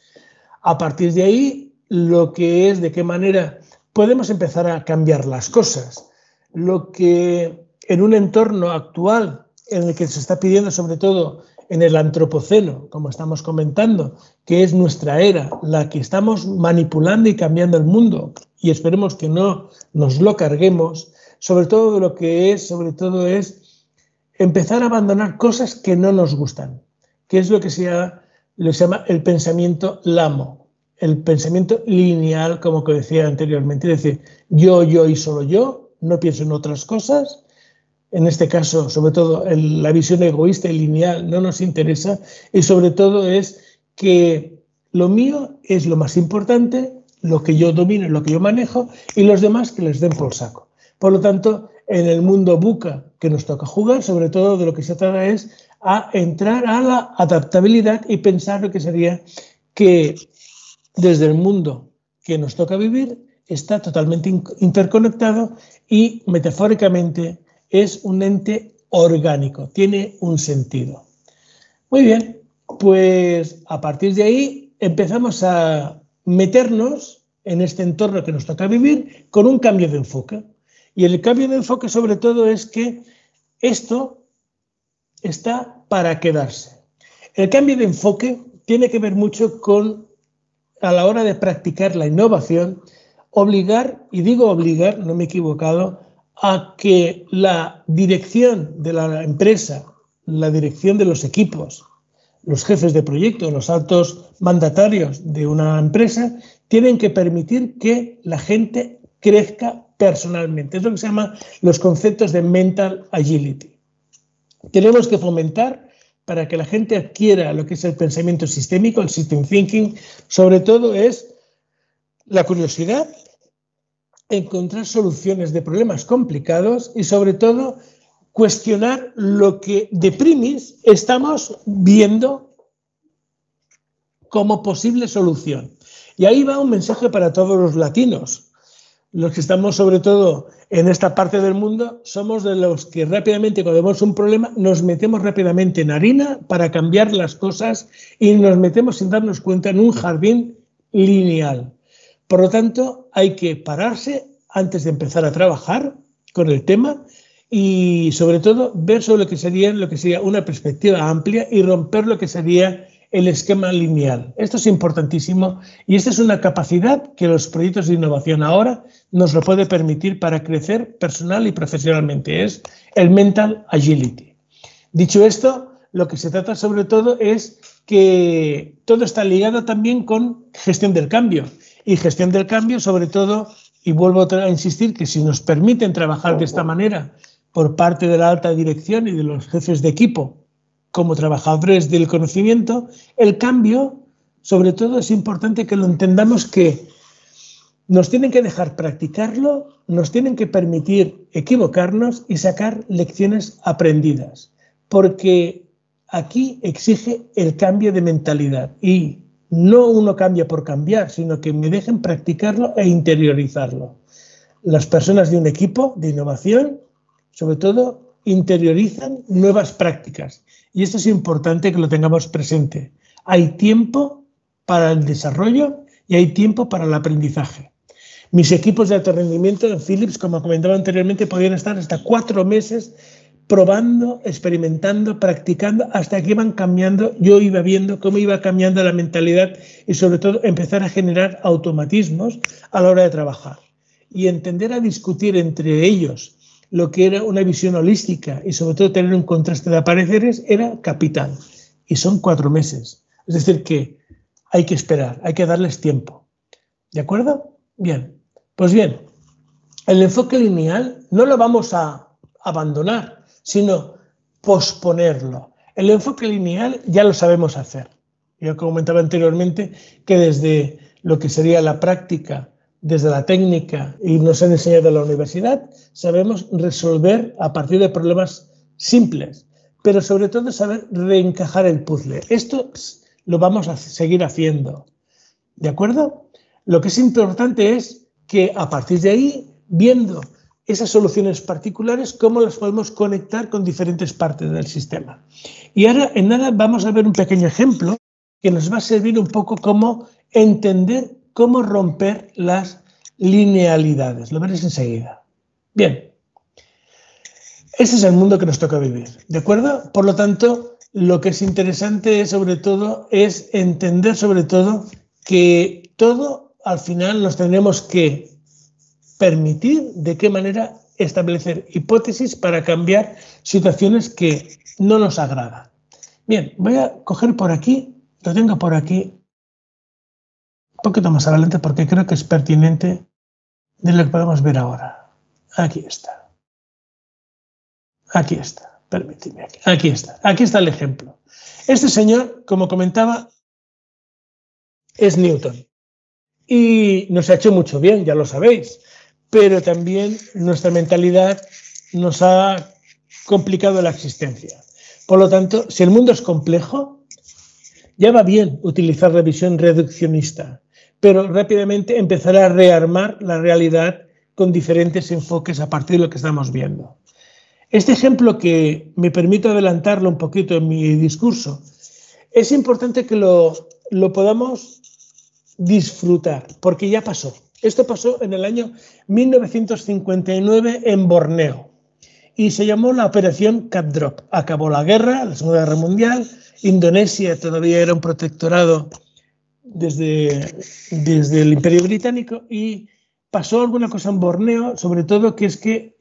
A partir de ahí, lo que es de qué manera podemos empezar a cambiar las cosas. Lo que en un entorno actual en el que se está pidiendo, sobre todo en el antropoceno, como estamos comentando, que es nuestra era, la que estamos manipulando y cambiando el mundo, y esperemos que no nos lo carguemos, sobre todo lo que es, sobre todo es empezar a abandonar cosas que no nos gustan, que es lo que se llama el pensamiento lamo, el pensamiento lineal, como que decía anteriormente, es decir, yo y solo yo, no pienso en otras cosas. En este caso, sobre todo, la visión egoísta y lineal no nos interesa, y sobre todo es que lo mío es lo más importante, lo que yo domino, lo que yo manejo, y los demás que les den por saco. Por lo tanto, en el mundo VUCA que nos toca jugar, sobre todo de lo que se trata es a entrar a la adaptabilidad y pensar lo que sería que desde el mundo que nos toca vivir está totalmente interconectado y metafóricamente es un ente orgánico, tiene un sentido. Muy bien, pues a partir de ahí empezamos a meternos en este entorno que nos toca vivir con un cambio de enfoque. Y el cambio de enfoque sobre todo es que esto está para quedarse. El cambio de enfoque tiene que ver mucho con, a la hora de practicar la innovación, obligar, y digo obligar, no me he equivocado, a que la dirección de la empresa, la dirección de los equipos, los jefes de proyecto, los altos mandatarios de una empresa, tienen que permitir que la gente crezca personalmente. Es lo que se llama los conceptos de mental agility. Tenemos que fomentar para que la gente adquiera lo que es el pensamiento sistémico, el system thinking, sobre todo es la curiosidad, encontrar soluciones de problemas complicados y sobre todo cuestionar lo que de primis estamos viendo como posible solución. Y ahí va un mensaje para todos los latinos. Los que estamos sobre todo en esta parte del mundo somos de los que rápidamente cuando vemos un problema nos metemos rápidamente en harina para cambiar las cosas y nos metemos sin darnos cuenta en un jardín lineal. Por lo tanto, hay que pararse antes de empezar a trabajar con el tema y sobre todo ver sobre lo que sería una perspectiva amplia y romper lo que sería el esquema lineal. Esto es importantísimo y esta es una capacidad que los proyectos de innovación ahora nos lo puede permitir para crecer personal y profesionalmente. Es el mental agility. Dicho esto, lo que se trata sobre todo es que todo está ligado también con gestión del cambio. Y gestión del cambio sobre todo, y vuelvo a insistir, que si nos permiten trabajar de esta manera por parte de la alta dirección y de los jefes de equipo, como trabajadores del conocimiento, el cambio, sobre todo, es importante que lo entendamos que Nos tienen que dejar practicarlo, nos tienen que permitir equivocarnos y sacar lecciones aprendidas, porque aquí exige el cambio de mentalidad y no uno cambia por cambiar, sino que me dejen practicarlo e interiorizarlo. Las personas de un equipo de innovación, sobre todo, interiorizan nuevas prácticas y esto es importante que lo tengamos presente. Hay tiempo para el desarrollo y hay tiempo para el aprendizaje. Mis equipos de alto rendimiento en Philips, como comentaba anteriormente, podían estar hasta 4 meses probando, experimentando, practicando, hasta que iban cambiando. Yo iba viendo cómo iba cambiando la mentalidad y sobre todo empezar a generar automatismos a la hora de trabajar. Y entender a discutir entre ellos lo que era una visión holística y sobre todo tener un contraste de apareceres era capital. Y son 4 meses. Es decir, que hay que esperar, hay que darles tiempo. ¿De acuerdo? Bien. Pues bien, el enfoque lineal no lo vamos a abandonar, sino posponerlo. El enfoque lineal ya lo sabemos hacer. Yo comentaba anteriormente que desde lo que sería la práctica, desde la técnica y nos han enseñado en la universidad, sabemos resolver a partir de problemas simples, pero sobre todo saber reencajar el puzzle. Esto lo vamos a seguir haciendo. ¿De acuerdo? Lo que es importante es que a partir de ahí, viendo esas soluciones particulares, cómo las podemos conectar con diferentes partes del sistema. Y ahora, en nada, vamos a ver un pequeño ejemplo que nos va a servir un poco como entender cómo romper las linealidades. Lo veréis enseguida. Bien, ese es el mundo que nos toca vivir, ¿de acuerdo? Por lo tanto, lo que es interesante sobre todo es entender sobre todo que todo al final nos tendremos que permitir de qué manera establecer hipótesis para cambiar situaciones que no nos agradan. Bien, voy a coger por aquí, lo tengo por aquí, un poquito más adelante porque creo que es pertinente de lo que podemos ver ahora. Aquí está. Aquí está, permíteme. Aquí está. Aquí está el ejemplo. Este señor, como comentaba, es Newton. Y nos ha hecho mucho bien, ya lo sabéis, pero también nuestra mentalidad nos ha complicado la existencia. Por lo tanto, si el mundo es complejo, ya va bien utilizar la visión reduccionista, pero rápidamente empezará a rearmar la realidad con diferentes enfoques a partir de lo que estamos viendo. Este ejemplo, que me permito adelantarlo un poquito en mi discurso, es importante que lo podamos disfrutar, porque ya pasó. Esto pasó en el año 1959 en Borneo y se llamó la Operación Cat Drop. Acabó la guerra, la Segunda Guerra Mundial. Indonesia todavía era un protectorado desde el Imperio Británico y pasó alguna cosa en Borneo, sobre todo que es que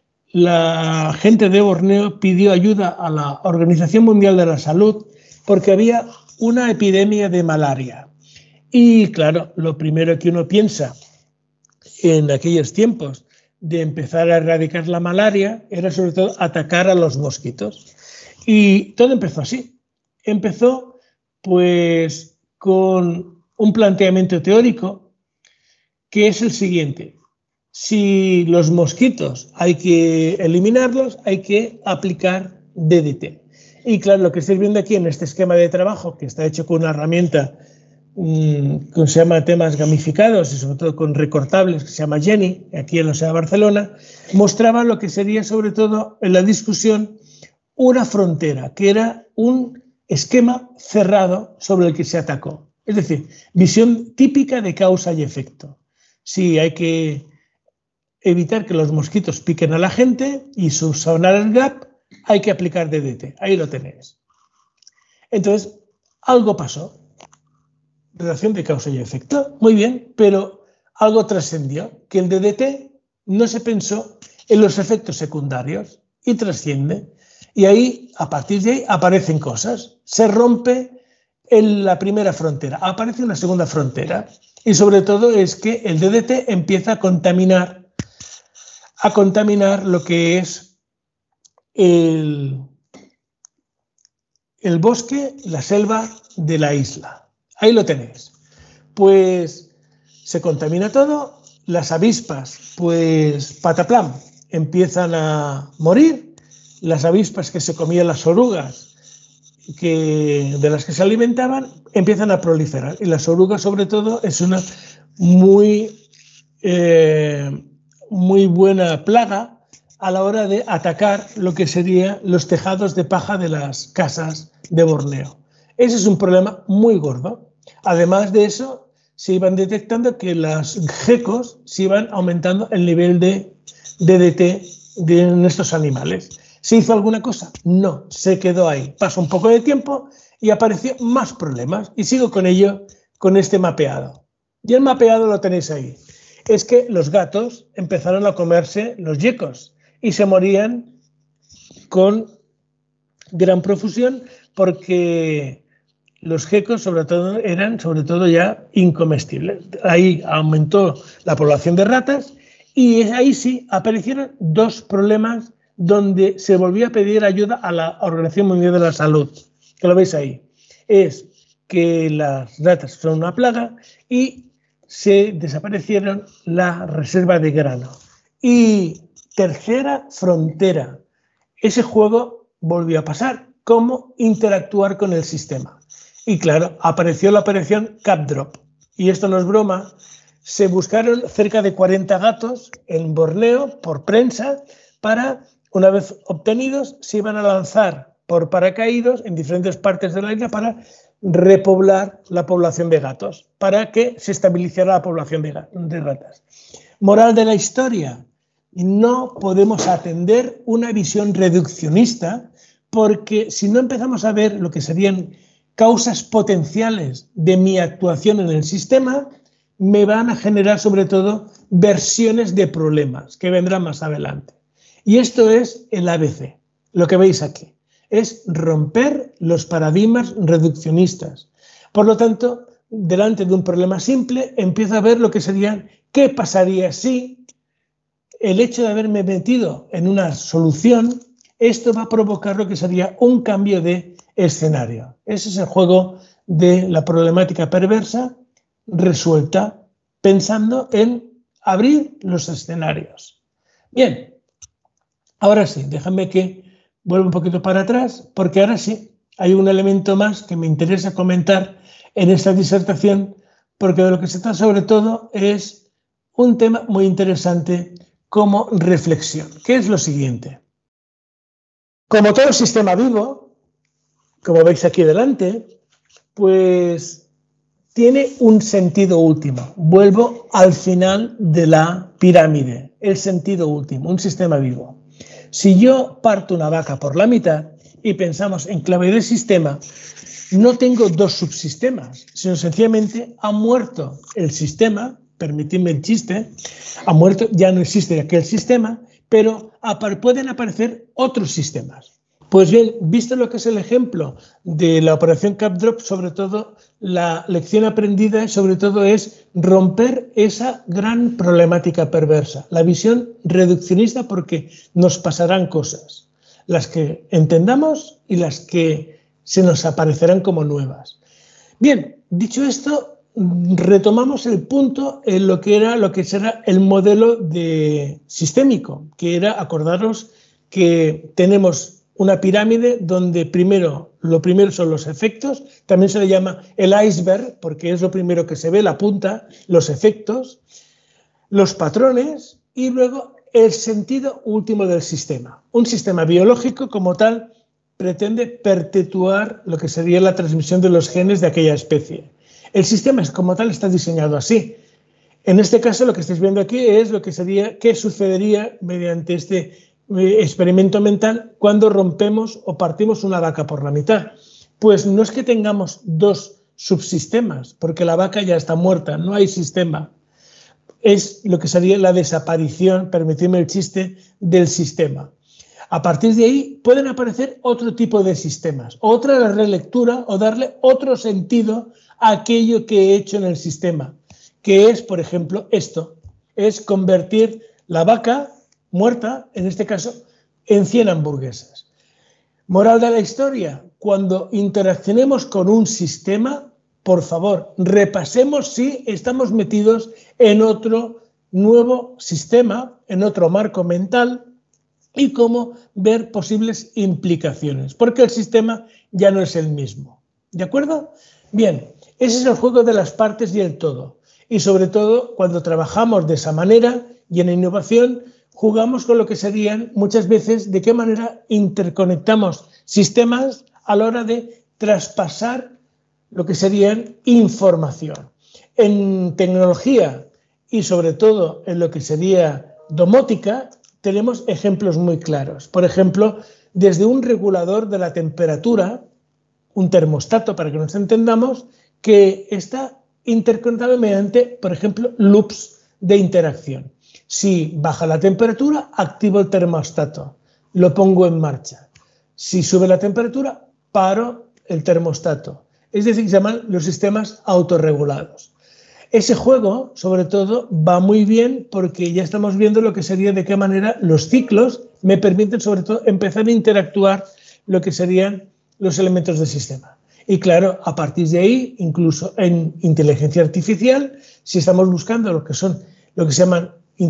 la gente de Borneo pidió ayuda a la Organización Mundial de la Salud porque había una epidemia de malaria. Y claro, lo primero que uno piensa en aquellos tiempos de empezar a erradicar la malaria era sobre todo atacar a los mosquitos. Y todo empezó así. Empezó pues con un planteamiento teórico que es el siguiente. Si los mosquitos hay que eliminarlos, hay que aplicar DDT. Y claro, lo que estoy viendo aquí en este esquema de trabajo, que está hecho con una herramienta que se llama temas gamificados y sobre todo con recortables, que se llama Jenny, aquí en la Universidad de Barcelona, mostraba lo que sería sobre todo en la discusión una frontera, que era un esquema cerrado sobre el que se atacó. Es decir, visión típica de causa y efecto. Sí, hay que evitar que los mosquitos piquen a la gente y subsanar el gap, hay que aplicar DDT. Ahí lo tenéis. Entonces, algo pasó. Relación de causa y efecto, muy bien, pero algo trascendió, que el DDT no se pensó en los efectos secundarios y trasciende. Y ahí, a partir de ahí, aparecen cosas. Se rompe la primera frontera, aparece una segunda frontera. Y sobre todo es que el DDT empieza a contaminar lo que es el bosque, la selva de la isla. Ahí lo tenéis. Pues se contamina todo las avispas, pues pataplam, empiezan a morir. Las avispas que se comían las orugas, de las que se alimentaban, empiezan a proliferar. Y las orugas, sobre todo, es una muy buena plaga a la hora de atacar lo que serían los tejados de paja de las casas de Borneo. Ese es un problema muy gordo. Además de eso, se iban detectando que los gecos se iban aumentando el nivel de DDT en estos animales. ¿Se hizo alguna cosa? No, se quedó ahí. Pasó un poco de tiempo y apareció más problemas. Y sigo con ello, con este mapeado. Y el mapeado lo tenéis ahí. Es que los gatos empezaron a comerse los gecos y se morían con gran profusión porque los gecos eran sobre todo ya incomestibles. Ahí aumentó la población de ratas y ahí sí aparecieron dos problemas donde se volvió a pedir ayuda a la Organización Mundial de la Salud, que lo veis ahí. Es que las ratas son una plaga y se desaparecieron la reserva de grano. Y tercera frontera. Ese juego volvió a pasar. ¿Cómo interactuar con el sistema? Y claro, apareció la operación Capdrop. Y esto no es broma. Se buscaron cerca de 40 gatos en Borneo por prensa para, una vez obtenidos, se iban a lanzar por paracaídos en diferentes partes de la isla para repoblar la población de gatos, para que se estabilizara la población de ratas. Moral de la historia: no podemos atender una visión reduccionista, porque si no empezamos a ver lo que serían causas potenciales de mi actuación en el sistema, me van a generar sobre todo versiones de problemas que vendrán más adelante. Y esto es el ABC, lo que veis aquí. Es romper los paradigmas reduccionistas. Por lo tanto, delante de un problema simple, empiezo a ver lo que serían, ¿qué pasaría si el hecho de haberme metido en una solución, esto va a provocar lo que sería un cambio de escenario? Ese es el juego de la problemática perversa resuelta pensando en abrir los escenarios. Bien, ahora sí, déjame que vuelva un poquito para atrás, porque ahora sí hay un elemento más que me interesa comentar en esta disertación, porque de lo que se trata sobre todo es un tema muy interesante como reflexión, que es lo siguiente. Como todo sistema vivo, como veis aquí delante, pues tiene un sentido último. Vuelvo al final de la pirámide, el sentido último, un sistema vivo. Si yo parto una vaca por la mitad y pensamos en clave de sistema, no tengo dos subsistemas, sino sencillamente ha muerto el sistema, permitidme el chiste, ha muerto, ya no existe aquel sistema, pero pueden aparecer otros sistemas. Pues bien, visto lo que es el ejemplo de la operación Capdrop, sobre todo la lección aprendida sobre todo es romper esa gran problemática perversa, la visión reduccionista, porque nos pasarán cosas, las que entendamos y las que se nos aparecerán como nuevas. Bien, dicho esto, retomamos el punto en lo que será el modelo sistémico, que era, acordaros que tenemos una pirámide donde lo primero son los efectos, también se le llama el iceberg, porque es lo primero que se ve, la punta, los efectos, los patrones y luego el sentido último del sistema. Un sistema biológico como tal pretende perpetuar lo que sería la transmisión de los genes de aquella especie. El sistema como tal está diseñado así. En este caso lo que estáis viendo aquí es lo que sería, qué sucedería mediante este experimento mental cuando rompemos o partimos una vaca por la mitad. Pues no es que tengamos dos subsistemas, porque la vaca ya está muerta, no hay sistema. Es lo que sería la desaparición, permitidme el chiste, del sistema. A partir de ahí pueden aparecer otro tipo de sistemas, otra relectura o darle otro sentido a aquello que he hecho en el sistema, que es, por ejemplo, esto, es convertir la vaca muerta, en este caso, en 100 hamburguesas. Moral de la historia: cuando interaccionemos con un sistema, por favor, repasemos si estamos metidos en otro nuevo sistema en otro marco mental y cómo ver posibles implicaciones, porque el sistema ya no es el mismo. ¿De acuerdo? Bien, ese es el juego de las partes y el todo. Y sobre todo, cuando trabajamos de esa manera y en innovación, jugamos con lo que serían muchas veces de qué manera interconectamos sistemas a la hora de traspasar lo que serían información. En tecnología y sobre todo en lo que sería domótica, tenemos ejemplos muy claros. Por ejemplo, desde un regulador de la temperatura, un termostato para que nos entendamos, que está interconectado mediante, por ejemplo, loops de interacción. Si baja la temperatura, activo el termostato, lo pongo en marcha. Si sube la temperatura, paro el termostato. Es decir, se llaman los sistemas autorregulados. Ese juego, sobre todo, va muy bien porque ya estamos viendo lo que sería de qué manera los ciclos me permiten, sobre todo, empezar a interactuar lo que serían los elementos del sistema. Y claro, a partir de ahí, incluso en inteligencia artificial, si estamos buscando lo que se llaman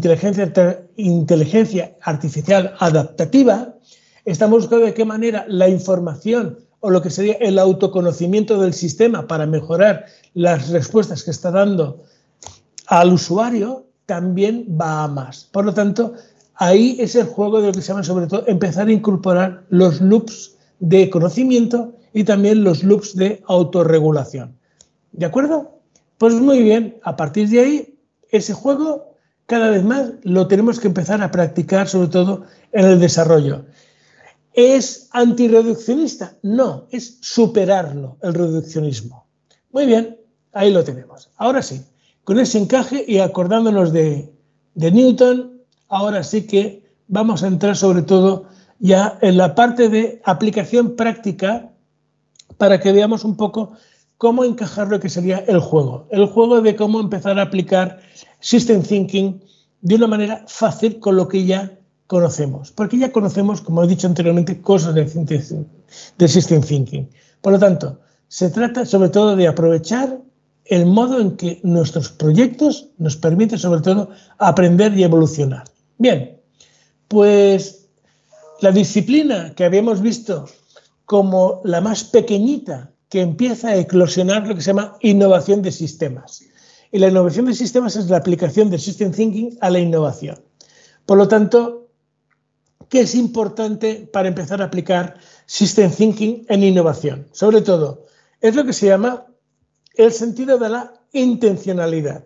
inteligencia artificial adaptativa, estamos buscando de qué manera la información o lo que sería el autoconocimiento del sistema para mejorar las respuestas que está dando al usuario, también va a más. Por lo tanto, ahí es el juego de lo que se llama, sobre todo, empezar a incorporar los loops de conocimiento y también los loops de autorregulación. ¿De acuerdo? Pues muy bien, a partir de ahí, ese juego cada vez más lo tenemos que empezar a practicar, sobre todo en el desarrollo. ¿Es antirreduccionista? No, es superarlo, el reduccionismo. Muy bien, ahí lo tenemos. Ahora sí, con ese encaje y acordándonos de Newton, ahora sí que vamos a entrar sobre todo ya en la parte de aplicación práctica para que veamos un poco cómo encajar lo que sería el juego de cómo empezar a aplicar System Thinking de una manera fácil con lo que ya conocemos, porque ya conocemos, como he dicho anteriormente, cosas de System Thinking. Por lo tanto, se trata sobre todo de aprovechar el modo en que nuestros proyectos nos permiten sobre todo aprender y evolucionar. Bien, pues la disciplina que habíamos visto como la más pequeñita que empieza a eclosionar lo que se llama innovación de sistemas. Y la innovación de sistemas es la aplicación del System Thinking a la innovación. Por lo tanto, ¿qué es importante para empezar a aplicar System Thinking en innovación? Sobre todo, es lo que se llama el sentido de la intencionalidad.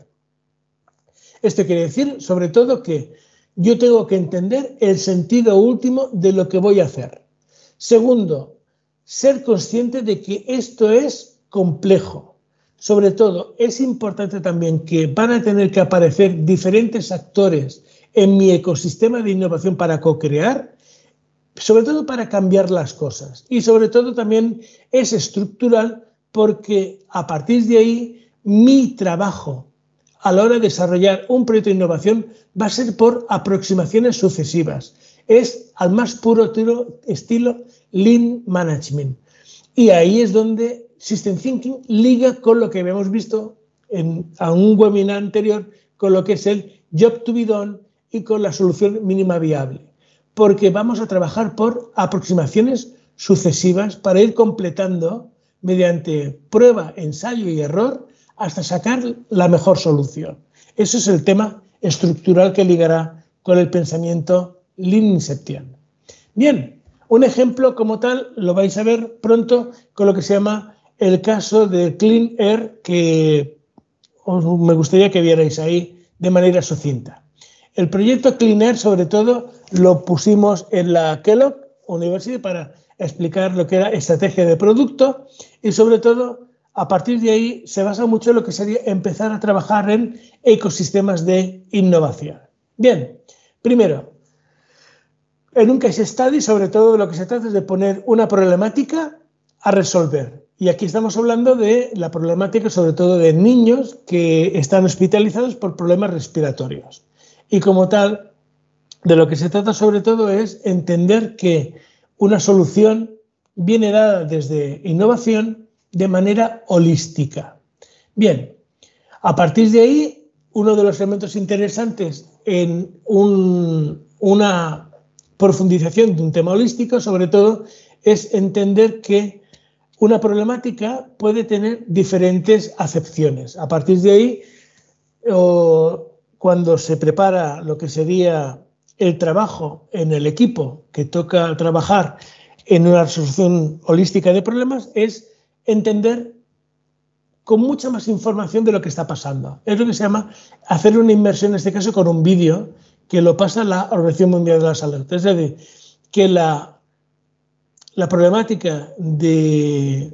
Esto quiere decir, sobre todo, que yo tengo que entender el sentido último de lo que voy a hacer. Segundo, ser consciente de que esto es complejo. Sobre todo, es importante también que van a tener que aparecer diferentes actores en mi ecosistema de innovación para co-crear, sobre todo para cambiar las cosas. Y sobre todo también es estructural porque a partir de ahí mi trabajo a la hora de desarrollar un proyecto de innovación va a ser por aproximaciones sucesivas. Es al más puro estilo Lean Management. Y ahí es donde System Thinking liga con lo que habíamos visto a un webinar anterior, con lo que es el Job to be done y con la solución mínima viable. Porque vamos a trabajar por aproximaciones sucesivas para ir completando mediante prueba, ensayo y error hasta sacar la mejor solución. Eso es el tema estructural que ligará con el pensamiento Lean Inception. Bien, un ejemplo como tal lo vais a ver pronto con lo que se llama el caso de Clean Air, que me gustaría que vierais ahí de manera sucinta. El proyecto Clean Air, sobre todo, lo pusimos en la Kellogg University para explicar lo que era estrategia de producto y, sobre todo, a partir de ahí se basa mucho en lo que sería empezar a trabajar en ecosistemas de innovación. Bien, primero, en un case study, sobre todo, lo que se trata es de poner una problemática a resolver. Y aquí estamos hablando de la problemática, sobre todo, de niños que están hospitalizados por problemas respiratorios. Y como tal, de lo que se trata sobre todo es entender que una solución viene dada desde innovación de manera holística. Bien, a partir de ahí uno de los elementos interesantes en una profundización de un tema holístico, sobre todo, es entender que una problemática puede tener diferentes acepciones. A partir de ahí, cuando se prepara lo que sería el trabajo en el equipo que toca trabajar en una resolución holística de problemas, es entender con mucha más información de lo que está pasando. Es lo que se llama hacer una inmersión, en este caso con un vídeo, que lo pasa la Organización Mundial de la Salud. Es decir, que la problemática de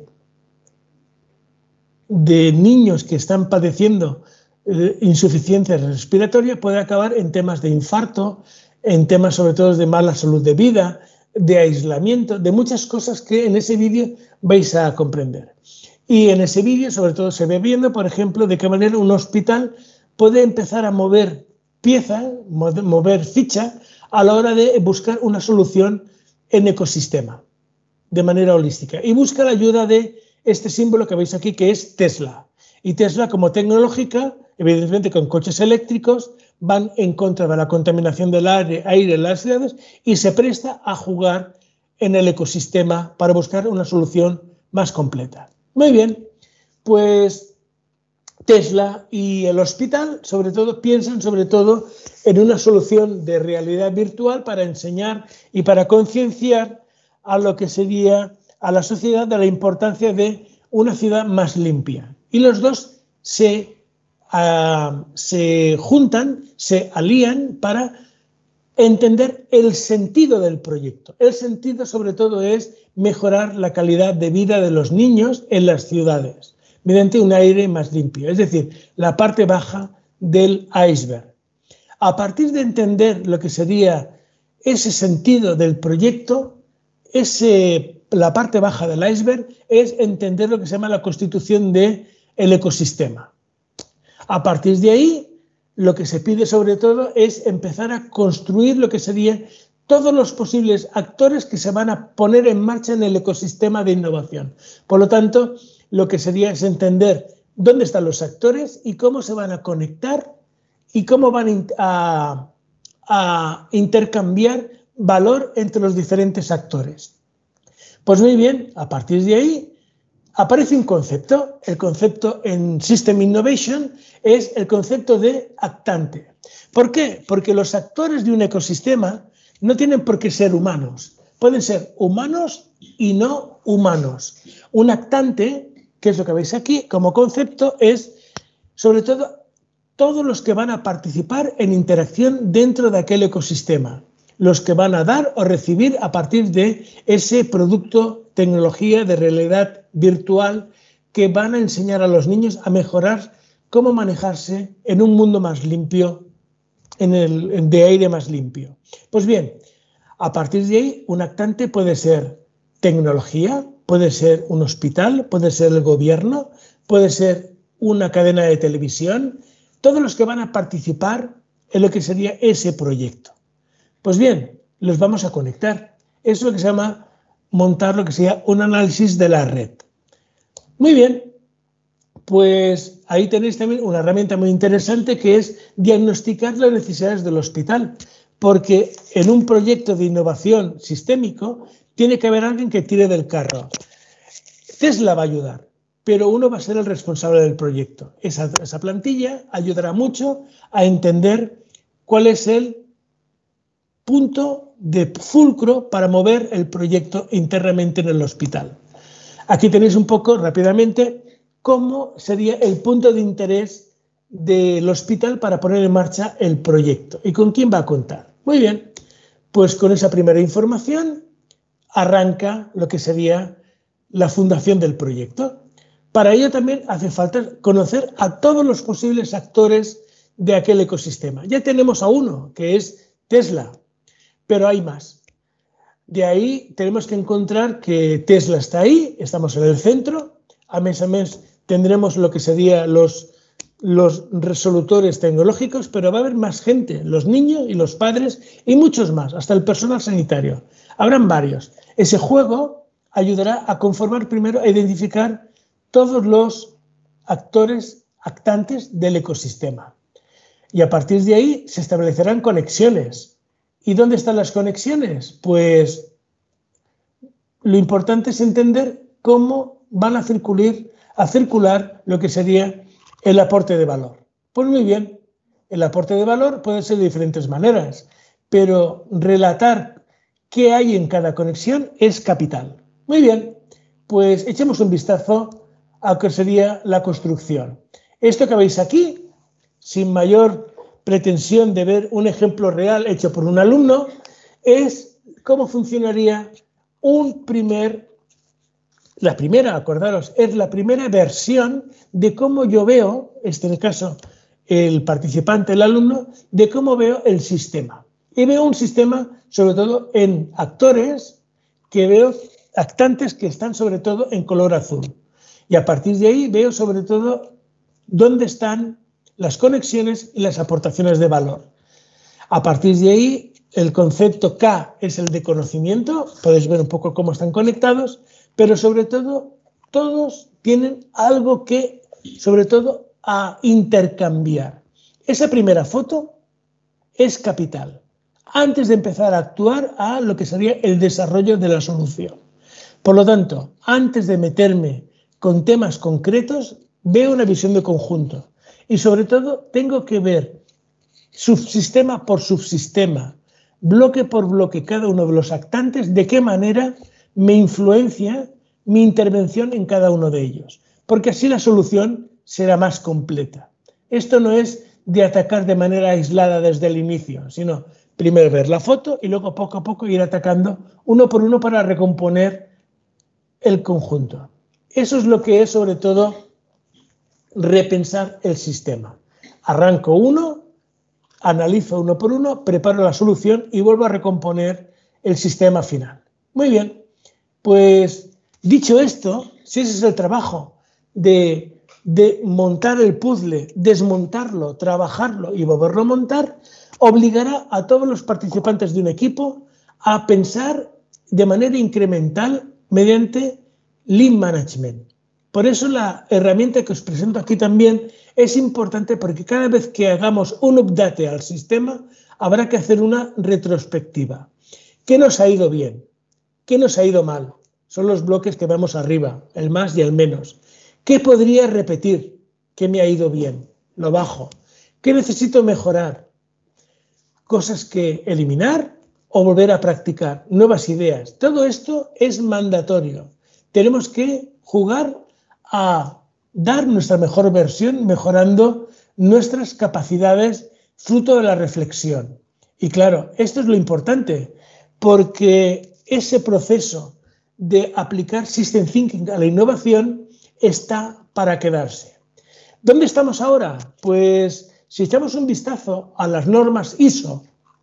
niños que están padeciendo insuficiencia respiratoria puede acabar en temas de infarto, en temas sobre todo de mala salud de vida, de aislamiento, de muchas cosas que en ese vídeo vais a comprender. Y en ese vídeo sobre todo se ve viendo, por ejemplo, de qué manera un hospital puede empezar a mover piezas, mover ficha a la hora de buscar una solución en ecosistema, de manera holística. Y busca la ayuda de este símbolo que veis aquí, que es Tesla. Y Tesla, como tecnológica, evidentemente con coches eléctricos, van en contra de la contaminación del aire en las ciudades y se presta a jugar en el ecosistema para buscar una solución más completa. Muy bien, pues Tesla y el hospital, sobre todo, piensan sobre todo en una solución de realidad virtual para enseñar y para concienciar a lo que sería a la sociedad de la importancia de una ciudad más limpia. Y los dos se juntan, se alían para entender el sentido del proyecto. El sentido, sobre todo, es mejorar la calidad de vida de los niños en las ciudades mediante un aire más limpio, es decir, la parte baja del iceberg. A partir de entender lo que sería ese sentido del proyecto, la parte baja del iceberg es entender lo que se llama la constitución del ecosistema. A partir de ahí, lo que se pide sobre todo es empezar a construir lo que serían todos los posibles actores que se van a poner en marcha en el ecosistema de innovación. Por lo tanto, lo que sería es entender dónde están los actores y cómo se van a conectar y cómo van a intercambiar valor entre los diferentes actores. Pues muy bien, a partir de ahí aparece un concepto. El concepto en System Innovation es el concepto de actante. ¿Por qué? Porque los actores de un ecosistema no tienen por qué ser humanos. Pueden ser humanos y no humanos. Un actante, que es lo que veis aquí como concepto, es sobre todo todos los que van a participar en interacción dentro de aquel ecosistema, los que van a dar o recibir a partir de ese producto, tecnología de realidad virtual que van a enseñar a los niños a mejorar cómo manejarse en un mundo más limpio, de aire más limpio. Pues bien, a partir de ahí, un actante puede ser tecnología, puede ser un hospital, puede ser el gobierno, puede ser una cadena de televisión, todos los que van a participar en lo que sería ese proyecto. Pues bien, los vamos a conectar. Eso es lo que se llama montar lo que sería un análisis de la red. Muy bien, pues ahí tenéis también una herramienta muy interesante que es diagnosticar las necesidades del hospital, porque en un proyecto de innovación sistémico tiene que haber alguien que tire del carro. Tesla va a ayudar, pero uno va a ser el responsable del proyecto. Esa plantilla ayudará mucho a entender cuál es el punto de fulcro para mover el proyecto internamente en el hospital. Aquí tenéis un poco rápidamente cómo sería el punto de interés del hospital para poner en marcha el proyecto y con quién va a contar. Muy bien, pues con esa primera información arranca lo que sería la fundación del proyecto. Para ello también hace falta conocer a todos los posibles actores de aquel ecosistema. Ya tenemos a uno, que es Tesla, pero hay más. De ahí tenemos que encontrar que Tesla está ahí, estamos en el centro, a mes tendremos lo que serían los resolutores tecnológicos, pero va a haber más gente, los niños y los padres y muchos más, hasta el personal sanitario. Habrán varios. Ese juego ayudará a conformar primero, a identificar todos los actores actantes del ecosistema. Y a partir de ahí se establecerán conexiones. ¿Y dónde están las conexiones? Pues lo importante es entender cómo van a circular lo que sería el aporte de valor. Pues muy bien, el aporte de valor puede ser de diferentes maneras, pero relatar qué hay en cada conexión es capital. Muy bien, pues echemos un vistazo a lo que sería la construcción. Esto que veis aquí, sin mayor pretensión de ver un ejemplo real hecho por un alumno, es cómo funcionaría acordaros, es la primera versión de cómo yo veo, en el caso el participante, el alumno, de cómo veo el sistema. Y veo un sistema sobre todo en actores, que veo actantes que están sobre todo en color azul. Y a partir de ahí veo sobre todo dónde están las conexiones y las aportaciones de valor. A partir de ahí, el concepto K es el de conocimiento, podéis ver un poco cómo están conectados, pero sobre todo, todos tienen algo que, sobre todo, a intercambiar. Esa primera foto es capital, antes de empezar a actuar a lo que sería el desarrollo de la solución. Por lo tanto, antes de meterme con temas concretos, veo una visión de conjunto y sobre todo tengo que ver subsistema por subsistema, bloque por bloque, cada uno de los actantes, de qué manera me influencia mi intervención en cada uno de ellos, porque así la solución será más completa. Esto no es de atacar de manera aislada desde el inicio, sino primero ver la foto y luego poco a poco ir atacando uno por uno para recomponer el conjunto. Eso es lo que es sobre todo repensar el sistema. Arranco uno, analizo uno por uno, preparo la solución y vuelvo a recomponer el sistema final. Muy bien, pues dicho esto, si ese es el trabajo de montar el puzzle, desmontarlo, trabajarlo y volverlo a montar, obligará a todos los participantes de un equipo a pensar de manera incremental mediante Lean Management. Por eso la herramienta que os presento aquí también es importante, porque cada vez que hagamos un update al sistema habrá que hacer una retrospectiva. ¿Qué nos ha ido bien? ¿Qué nos ha ido mal? Son los bloques que vemos arriba, el más y el menos. ¿Qué podría repetir? ¿Qué me ha ido bien? Lo bajo. ¿Qué necesito mejorar? Cosas que eliminar o volver a practicar, nuevas ideas. Todo esto es mandatorio. Tenemos que jugar a dar nuestra mejor versión, mejorando nuestras capacidades fruto de la reflexión. Y claro, esto es lo importante, porque ese proceso de aplicar System Thinking a la innovación está para quedarse. ¿Dónde estamos ahora? Pues si echamos un vistazo a las normas ISO,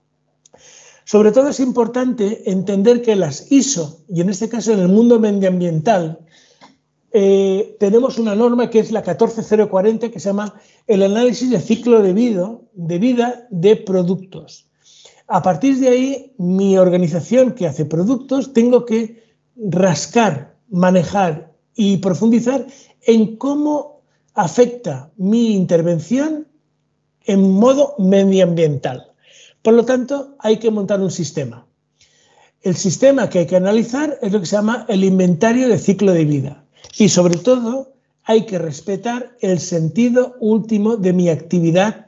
sobre todo es importante entender que las ISO, y en este caso en el mundo medioambiental, tenemos una norma que es la 14040, que se llama el análisis de ciclo de vida de productos. A partir de ahí, mi organización que hace productos, tengo que rascar, manejar y profundizar en cómo afecta mi intervención en modo medioambiental. Por lo tanto, hay que montar un sistema. El sistema que hay que analizar es lo que se llama el inventario de ciclo de vida. Y sobre todo, hay que respetar el sentido último de mi actividad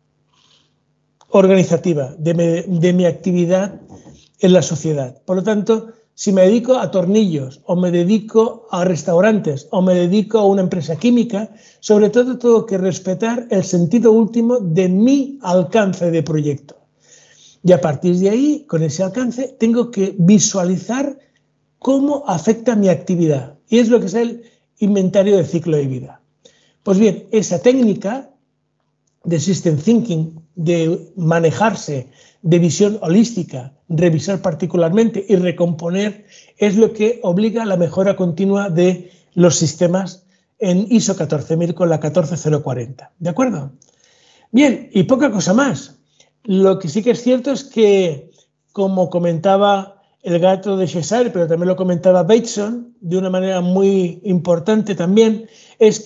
organizativa, de mi actividad en la sociedad. Por lo tanto, si me dedico a tornillos, o me dedico a restaurantes, o me dedico a una empresa química, sobre todo tengo que respetar el sentido último de mi alcance de proyecto. Y a partir de ahí, con ese alcance, tengo que visualizar cómo afecta mi actividad. Y es lo que es el inventario de ciclo de vida. Pues bien, esa técnica de System Thinking, de manejarse, de visión holística, revisar particularmente y recomponer, es lo que obliga a la mejora continua de los sistemas en ISO 14000 con la 14040. ¿De acuerdo? Bien, y poca cosa más. Lo que sí que es cierto es que, como comentaba el gato de Cheshire, pero también lo comentaba Bateson, de una manera muy importante también, es que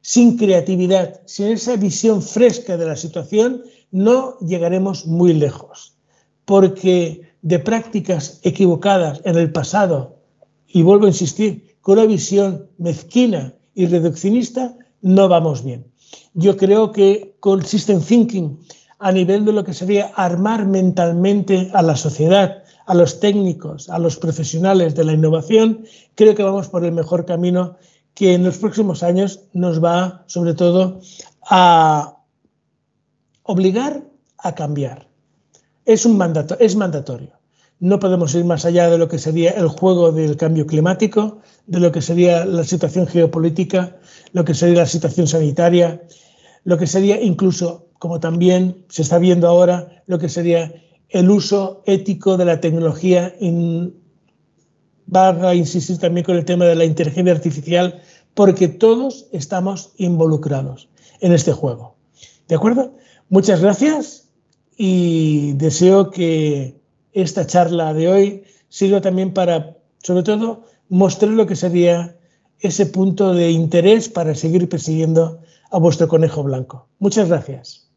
sin creatividad, sin esa visión fresca de la situación, no llegaremos muy lejos, porque de prácticas equivocadas en el pasado, y vuelvo a insistir, con una visión mezquina y reduccionista, no vamos bien. Yo creo que con System Thinking, a nivel de lo que sería armar mentalmente a la sociedad, a los técnicos, a los profesionales de la innovación, creo que vamos por el mejor camino que en los próximos años nos va, sobre todo, a obligar a cambiar. Es mandatorio. No podemos ir más allá de lo que sería el juego del cambio climático, de lo que sería la situación geopolítica, lo que sería la situación sanitaria, lo que sería incluso, como también se está viendo ahora, lo que sería el uso ético de la tecnología. Va a insistir también con el tema de la inteligencia artificial, porque todos estamos involucrados en este juego. ¿De acuerdo? Muchas gracias y deseo que esta charla de hoy sirva también para, sobre todo, mostrar lo que sería ese punto de interés para seguir persiguiendo a vuestro conejo blanco. Muchas gracias.